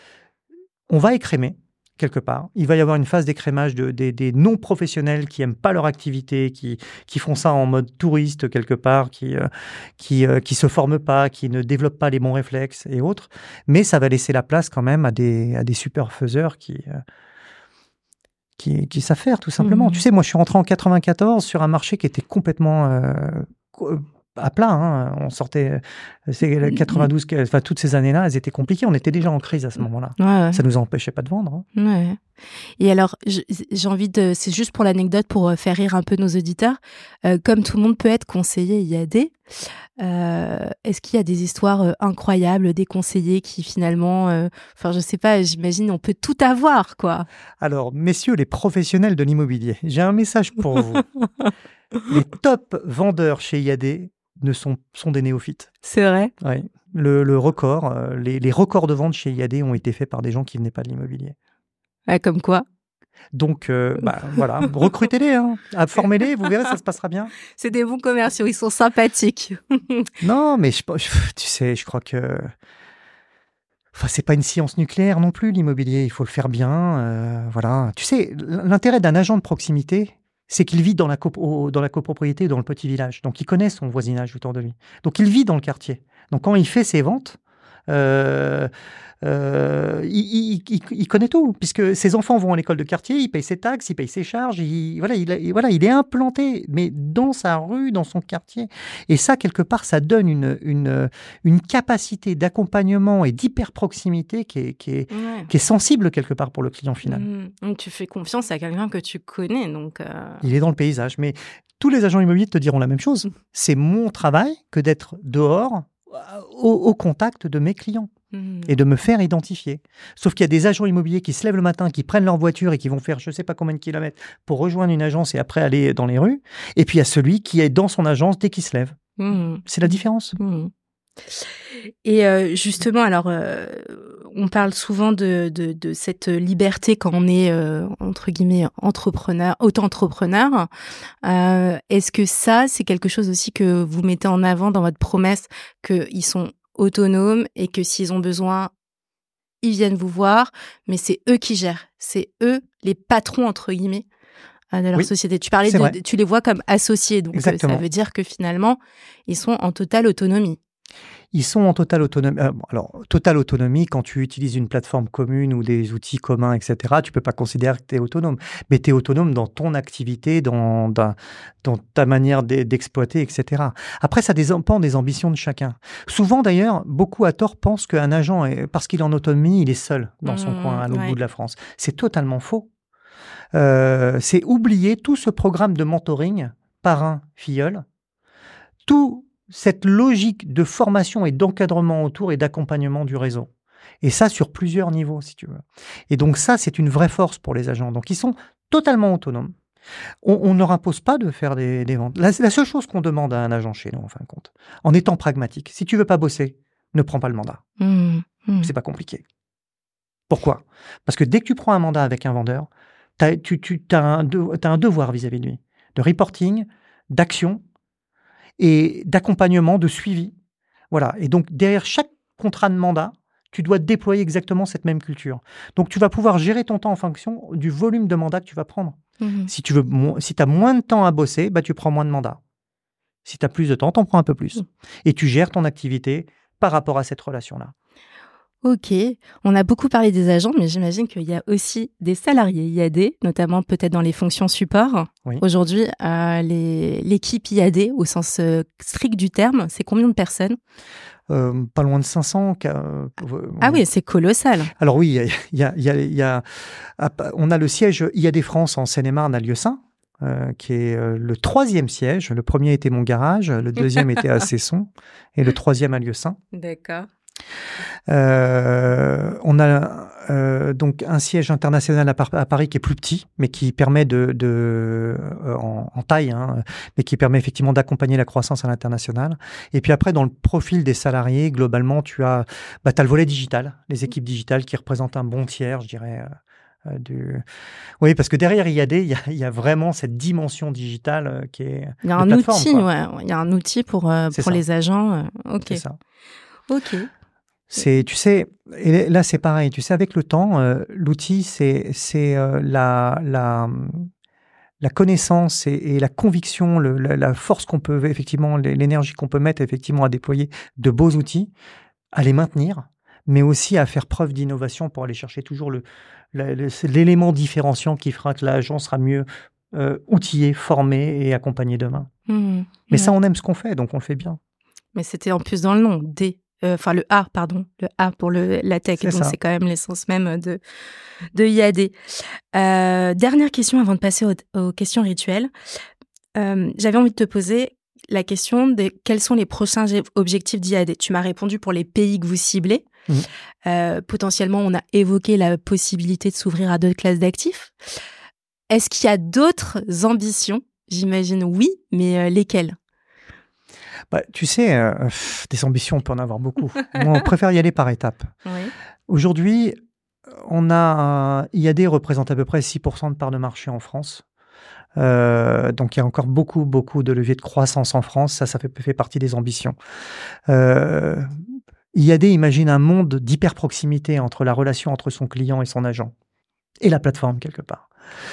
on va écrémer. Quelque part. Il va y avoir une phase d'écrémage de, des, des non-professionnels qui n'aiment pas leur activité, qui, qui font ça en mode touriste quelque part, qui euh, qui, euh, qui se forment pas, qui ne développent pas les bons réflexes et autres. Mais ça va laisser la place quand même à des, à des super faiseurs qui, euh, qui, qui savent faire tout simplement. Mmh. Tu sais, moi je suis rentré en quatre-vingt-quatorze sur un marché qui était complètement... Euh, à plat, hein. On sortait, c'est quatre-vingt-douze, enfin toutes ces années-là, elles étaient compliquées. On était déjà en crise à ce moment-là. Ouais, ouais. Ça nous empêchait pas de vendre. Hein. Ouais. Et alors, j'ai envie de, c'est juste pour l'anecdote, pour faire rire un peu nos auditeurs. Euh, comme tout le monde peut être conseiller I A D, euh, est-ce qu'il y a des histoires incroyables des conseillers qui finalement, euh, enfin je sais pas, j'imagine on peut tout avoir, quoi. Alors, messieurs les professionnels de l'immobilier, j'ai un message pour vous. Les top vendeurs chez I A D ne sont, sont des néophytes. C'est vrai. Oui. Le, le record, euh, les, les records de vente chez I A D ont été faits par des gens qui venaient pas de l'immobilier. Ah, comme quoi. Donc, euh, bah, voilà, recrutez-les, hein, formez-les, vous verrez, ça se passera bien. C'est des bons commerciaux, ils sont sympathiques. Non, mais je, je, tu sais, je crois que... Enfin, c'est pas une science nucléaire non plus, l'immobilier. Il faut le faire bien, euh, voilà. Tu sais, l'intérêt d'un agent de proximité, c'est qu'il vit dans la, cop- dans la copropriété, dans le petit village. Donc, il connaît son voisinage autour de lui. Donc, il vit dans le quartier. Donc, quand il fait ses ventes, euh, euh, il, il, il, il connaît tout, puisque ses enfants vont à l'école de quartier, il paye ses taxes, il paye ses charges, il, voilà, il, voilà, il est implanté, mais dans sa rue, dans son quartier. Et ça, quelque part, ça donne une, une, une capacité d'accompagnement et d'hyper-proximité qui est, qui, est, ouais. qui est sensible, quelque part, pour le client final. Mmh. Tu fais confiance à quelqu'un que tu connais. Donc euh... Il est dans le paysage. Mais tous les agents immobiliers te diront la même chose. C'est mon travail que d'être dehors, au, au contact de mes clients. Et de me faire identifier. Sauf qu'il y a des agents immobiliers qui se lèvent le matin, qui prennent leur voiture et qui vont faire je ne sais pas combien de kilomètres pour rejoindre une agence et après aller dans les rues. Et puis il y a celui qui est dans son agence dès qu'il se lève. Mmh. C'est la différence. Mmh. Et euh, justement, alors, euh, on parle souvent de, de, de cette liberté quand on est, euh, entre guillemets, entrepreneur, auto-entrepreneur. Euh, est-ce que ça, c'est quelque chose aussi que vous mettez en avant dans votre promesse, qu'ils sont autonomes et que s'ils ont besoin, ils viennent vous voir, mais c'est eux qui gèrent. C'est eux les patrons, entre guillemets, de leur oui, société. Tu parlais de, tu les vois comme associés, donc Exactement. Ça veut dire que finalement, ils sont en totale autonomie. Ils sont en totale autonomie. Alors, totale autonomie, quand tu utilises une plateforme commune ou des outils communs, et cetera, tu peux pas considérer que tu es autonome. Mais tu es autonome dans ton activité, dans, dans, dans ta manière d'exploiter, et cetera. Après, ça dépend des ambitions de chacun. Souvent, d'ailleurs, beaucoup à tort pensent qu'un agent, est, parce qu'il est en autonomie, il est seul dans son mmh, coin, à l'autre ouais. bout de la France. C'est totalement faux. Euh, c'est oublier tout ce programme de mentoring, parrain, filleul, tout cette logique de formation et d'encadrement autour et d'accompagnement du réseau. Et ça, sur plusieurs niveaux, si tu veux. Et donc ça, c'est une vraie force pour les agents. Donc, ils sont totalement autonomes. On, on ne leur impose pas de faire des, des ventes. La, la seule chose qu'on demande à un agent chez nous, en fin de compte, en étant pragmatique, si tu veux pas bosser, ne prends pas le mandat. Mmh, mmh. C'est pas compliqué. Pourquoi ? Parce que dès que tu prends un mandat avec un vendeur, t'as, tu, tu as un, de, t'as un devoir vis-à-vis de lui, de reporting, d'action, et d'accompagnement, de suivi. Voilà. Et donc, derrière chaque contrat de mandat, tu dois déployer exactement cette même culture. Donc, tu vas pouvoir gérer ton temps en fonction du volume de mandat que tu vas prendre. Mmh. Si tu veux, si as moins de temps à bosser, bah, tu prends moins de mandats. Si tu as plus de temps, tu en prends un peu plus. Mmh. Et tu gères ton activité par rapport à cette relation-là. Ok, on a beaucoup parlé des agents, mais j'imagine qu'il y a aussi des salariés I A D, notamment peut-être dans les fonctions support. Oui. Aujourd'hui, euh, les, l'équipe I A D, au sens euh, strict du terme, c'est combien de personnes ? Euh, pas loin de cinq cents. Euh, ah oui, c'est colossal. Alors oui, il y a, y a, y a, on a le siège I A D France en Seine-et-Marne à Lieusaint, euh, qui est euh, le troisième siège. Le premier était mon garage, le deuxième était à Cesson, et le troisième à Lieusaint. D'accord. Euh, on a euh, donc un siège international à, Par- à Paris qui est plus petit, mais qui permet de, de euh, en, en taille, hein, mais qui permet effectivement d'accompagner la croissance à l'international. Et puis après, dans le profil des salariés, globalement, tu as, bah, t'as le volet digital, les équipes digitales qui représentent un bon tiers, je dirais. Euh, du... Oui, parce que derrière I A D, il y a, il y a vraiment cette dimension digitale euh, qui est. Il y a un outil, ouais. Il y a un outil pour euh, pour ça. Les agents. Euh, ok. C'est ça. Ok. C'est, tu sais, et là c'est pareil, tu sais, avec le temps, euh, l'outil, c'est, c'est euh, la, la, la connaissance et, et la conviction, le, la, la force qu'on peut, effectivement, l'énergie qu'on peut mettre effectivement à déployer de beaux outils, à les maintenir, mais aussi à faire preuve d'innovation pour aller chercher toujours le, le, le, l'élément différenciant qui fera que l'agent sera mieux euh, outillé, formé et accompagné demain. Mmh, mais mmh. ça, on aime ce qu'on fait, donc on le fait bien. Mais c'était en plus dans le nom, D. Enfin, euh, le A, pardon, le A pour le, la tech. C'est donc, ça. C'est quand même l'essence même de, de I A D. Euh, dernière question avant de passer aux, aux questions rituelles. Euh, j'avais envie de te poser la question de quels sont les prochains objectifs d'I A D. Tu m'as répondu pour les pays que vous ciblez. Mmh. Euh, potentiellement, on a évoqué la possibilité de s'ouvrir à d'autres classes d'actifs. Est-ce qu'il y a d'autres ambitions, J'imagine oui, mais euh, lesquelles? Bah, tu sais, euh, pff, des ambitions, on peut en avoir beaucoup. Moi, on préfère y aller par étapes. Oui. Aujourd'hui, on a, I A D représente à peu près six pour cent de part de marché en France. Euh, donc, il y a encore beaucoup, beaucoup de leviers de croissance en France. Ça, ça fait, fait partie des ambitions. Euh, I A D imagine un monde d'hyper-proximité entre la relation entre son client et son agent. Et la plateforme, quelque part.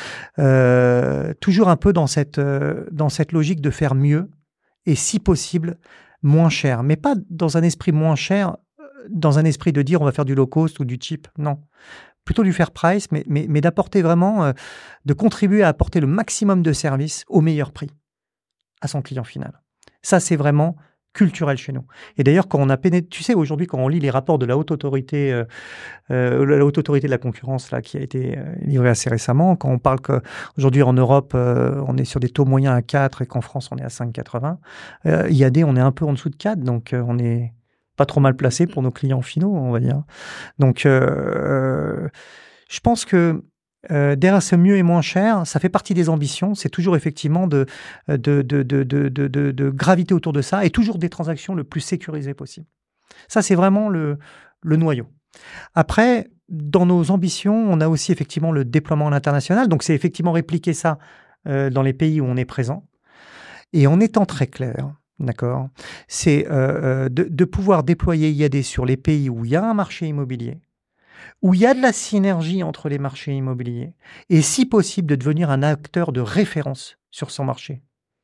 Euh, toujours un peu dans cette, euh, dans cette logique de faire mieux et, si possible, moins cher. Mais pas dans un esprit moins cher, dans un esprit de dire on va faire du low cost ou du cheap. Non. Plutôt du fair price, mais, mais, mais d'apporter vraiment, euh, de contribuer à apporter le maximum de services au meilleur prix à son client final. Ça, c'est vraiment culturel chez nous. Et d'ailleurs, quand on a pénétré, tu sais, aujourd'hui, quand on lit les rapports de la haute autorité, euh, euh, la haute autorité de la concurrence, là, qui a été euh, livrée assez récemment, quand on parle qu'aujourd'hui en Europe, euh, on est sur des taux moyens à quatre et qu'en France, on est à cinq virgule quatre-vingts, euh, I A D, on est un peu en dessous de quatre, donc euh, on est pas trop mal placé pour nos clients finaux, on va dire. Donc, euh, je pense que Euh, derrière ce mieux et moins cher, ça fait partie des ambitions. C'est toujours effectivement de, de, de, de, de, de, de, de graviter autour de ça et toujours des transactions le plus sécurisées possible. Ça, c'est vraiment le, le noyau. Après, dans nos ambitions, on a aussi effectivement le déploiement à l'international. Donc, c'est effectivement répliquer ça euh, dans les pays où on est présent. Et en étant très clair, d'accord, c'est euh, de, de pouvoir déployer I A D sur les pays où il y a un marché immobilier, où il y a de la synergie entre les marchés immobiliers, et si possible de devenir un acteur de référence sur son marché.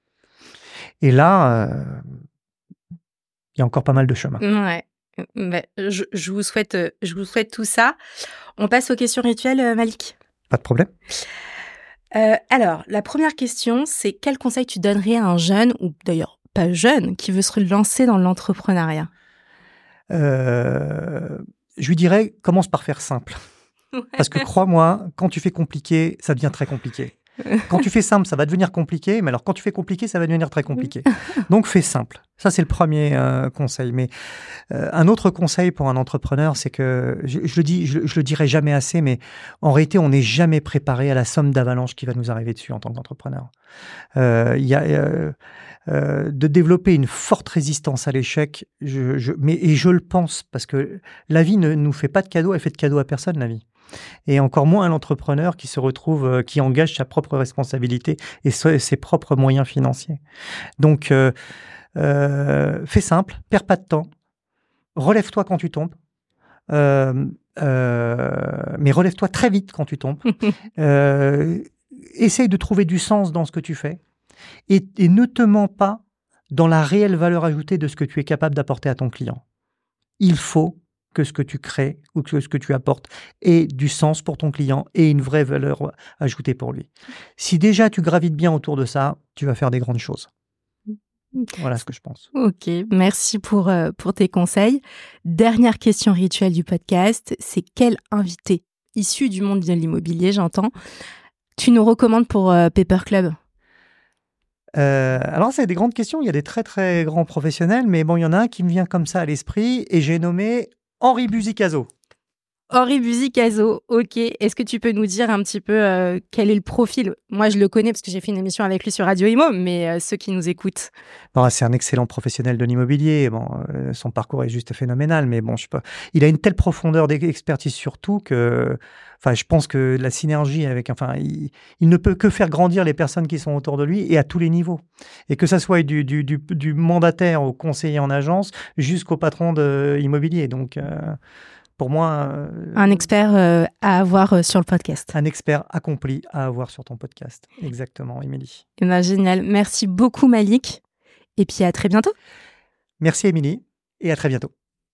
Et là, euh, il y a encore pas mal de chemin. Ouais. Bah, je, je, vous souhaite, je vous souhaite tout ça. On passe aux questions rituelles, Malik. Pas de problème. Euh, alors, la première question, c'est quel conseil tu donnerais à un jeune, ou d'ailleurs pas jeune, qui veut se lancer dans l'entrepreneuriat? euh... Je lui dirais, commence par faire simple. Parce que crois-moi, quand tu fais compliqué, ça devient très compliqué. Quand tu fais simple, ça va devenir compliqué, mais alors quand tu fais compliqué, ça va devenir très compliqué. Donc fais simple. Ça, c'est le premier euh, conseil. Mais euh, un autre conseil pour un entrepreneur, c'est que, je, je le dis, je, je le dirai jamais assez, mais en réalité, on n'est jamais préparé à la somme d'avalanche qui va nous arriver dessus en tant qu'entrepreneur. Euh, il y a... Euh, Euh, de développer une forte résistance à l'échec, je, je, mais, et je le pense, parce que la vie ne nous fait pas de cadeaux, elle fait de cadeaux à personne, la vie. Et encore moins à l'entrepreneur qui se retrouve, euh, qui engage sa propre responsabilité et so, ses propres moyens financiers. Donc, euh, euh, fais simple, perds pas de temps, relève-toi quand tu tombes, euh, euh, mais relève-toi très vite quand tu tombes. euh, essaye de trouver du sens dans ce que tu fais. Et, et ne te mens pas dans la réelle valeur ajoutée de ce que tu es capable d'apporter à ton client. Il faut que ce que tu crées ou que ce que tu apportes ait du sens pour ton client et une vraie valeur ajoutée pour lui. Si déjà tu gravites bien autour de ça, tu vas faire des grandes choses. Voilà ce que je pense. Ok, merci pour, euh, pour tes conseils. Dernière question rituelle du podcast, c'est quel invité, issu du monde de l'immobilier, j'entends, tu nous recommandes pour euh, Paper Club ? Euh, alors, c'est des grandes questions. Il y a des très, très grands professionnels, mais bon, il y en a un qui me vient comme ça à l'esprit et j'ai nommé Henri Buzicazo. Henri Buzicazo, ok. Est-ce que tu peux nous dire un petit peu euh, quel est le profil ? Moi, je le connais parce que j'ai fait une émission avec lui sur Radio Imo, mais euh, ceux qui nous écoutent. Bon, c'est un excellent professionnel de l'immobilier. Bon, euh, son parcours est juste phénoménal, mais bon, je sais pas. Il a une telle profondeur d'expertise surtout que, enfin, je pense que la synergie avec, enfin, il, il ne peut que faire grandir les personnes qui sont autour de lui et à tous les niveaux. Et que ça soit du, du, du, du mandataire au conseiller en agence jusqu'au patron de immobilier. Donc, euh, pour moi... Euh, un expert euh, à avoir euh, sur le podcast. Un expert accompli à avoir sur ton podcast. Exactement, Émilie. Eh ben, génial. Merci beaucoup, Malik. Et puis, à très bientôt. Merci, Émilie. Et à très bientôt.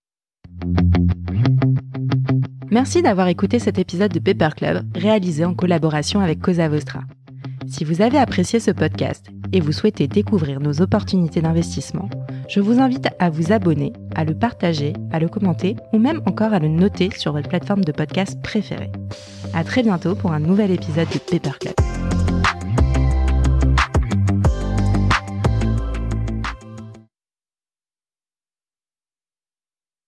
Merci d'avoir écouté cet épisode de Paper Club, réalisé en collaboration avec Cosa Vostra. Si vous avez apprécié ce podcast et vous souhaitez découvrir nos opportunités d'investissement, je vous invite à vous abonner, à le partager, à le commenter ou même encore à le noter sur votre plateforme de podcast préférée. À très bientôt pour un nouvel épisode de Paper Club.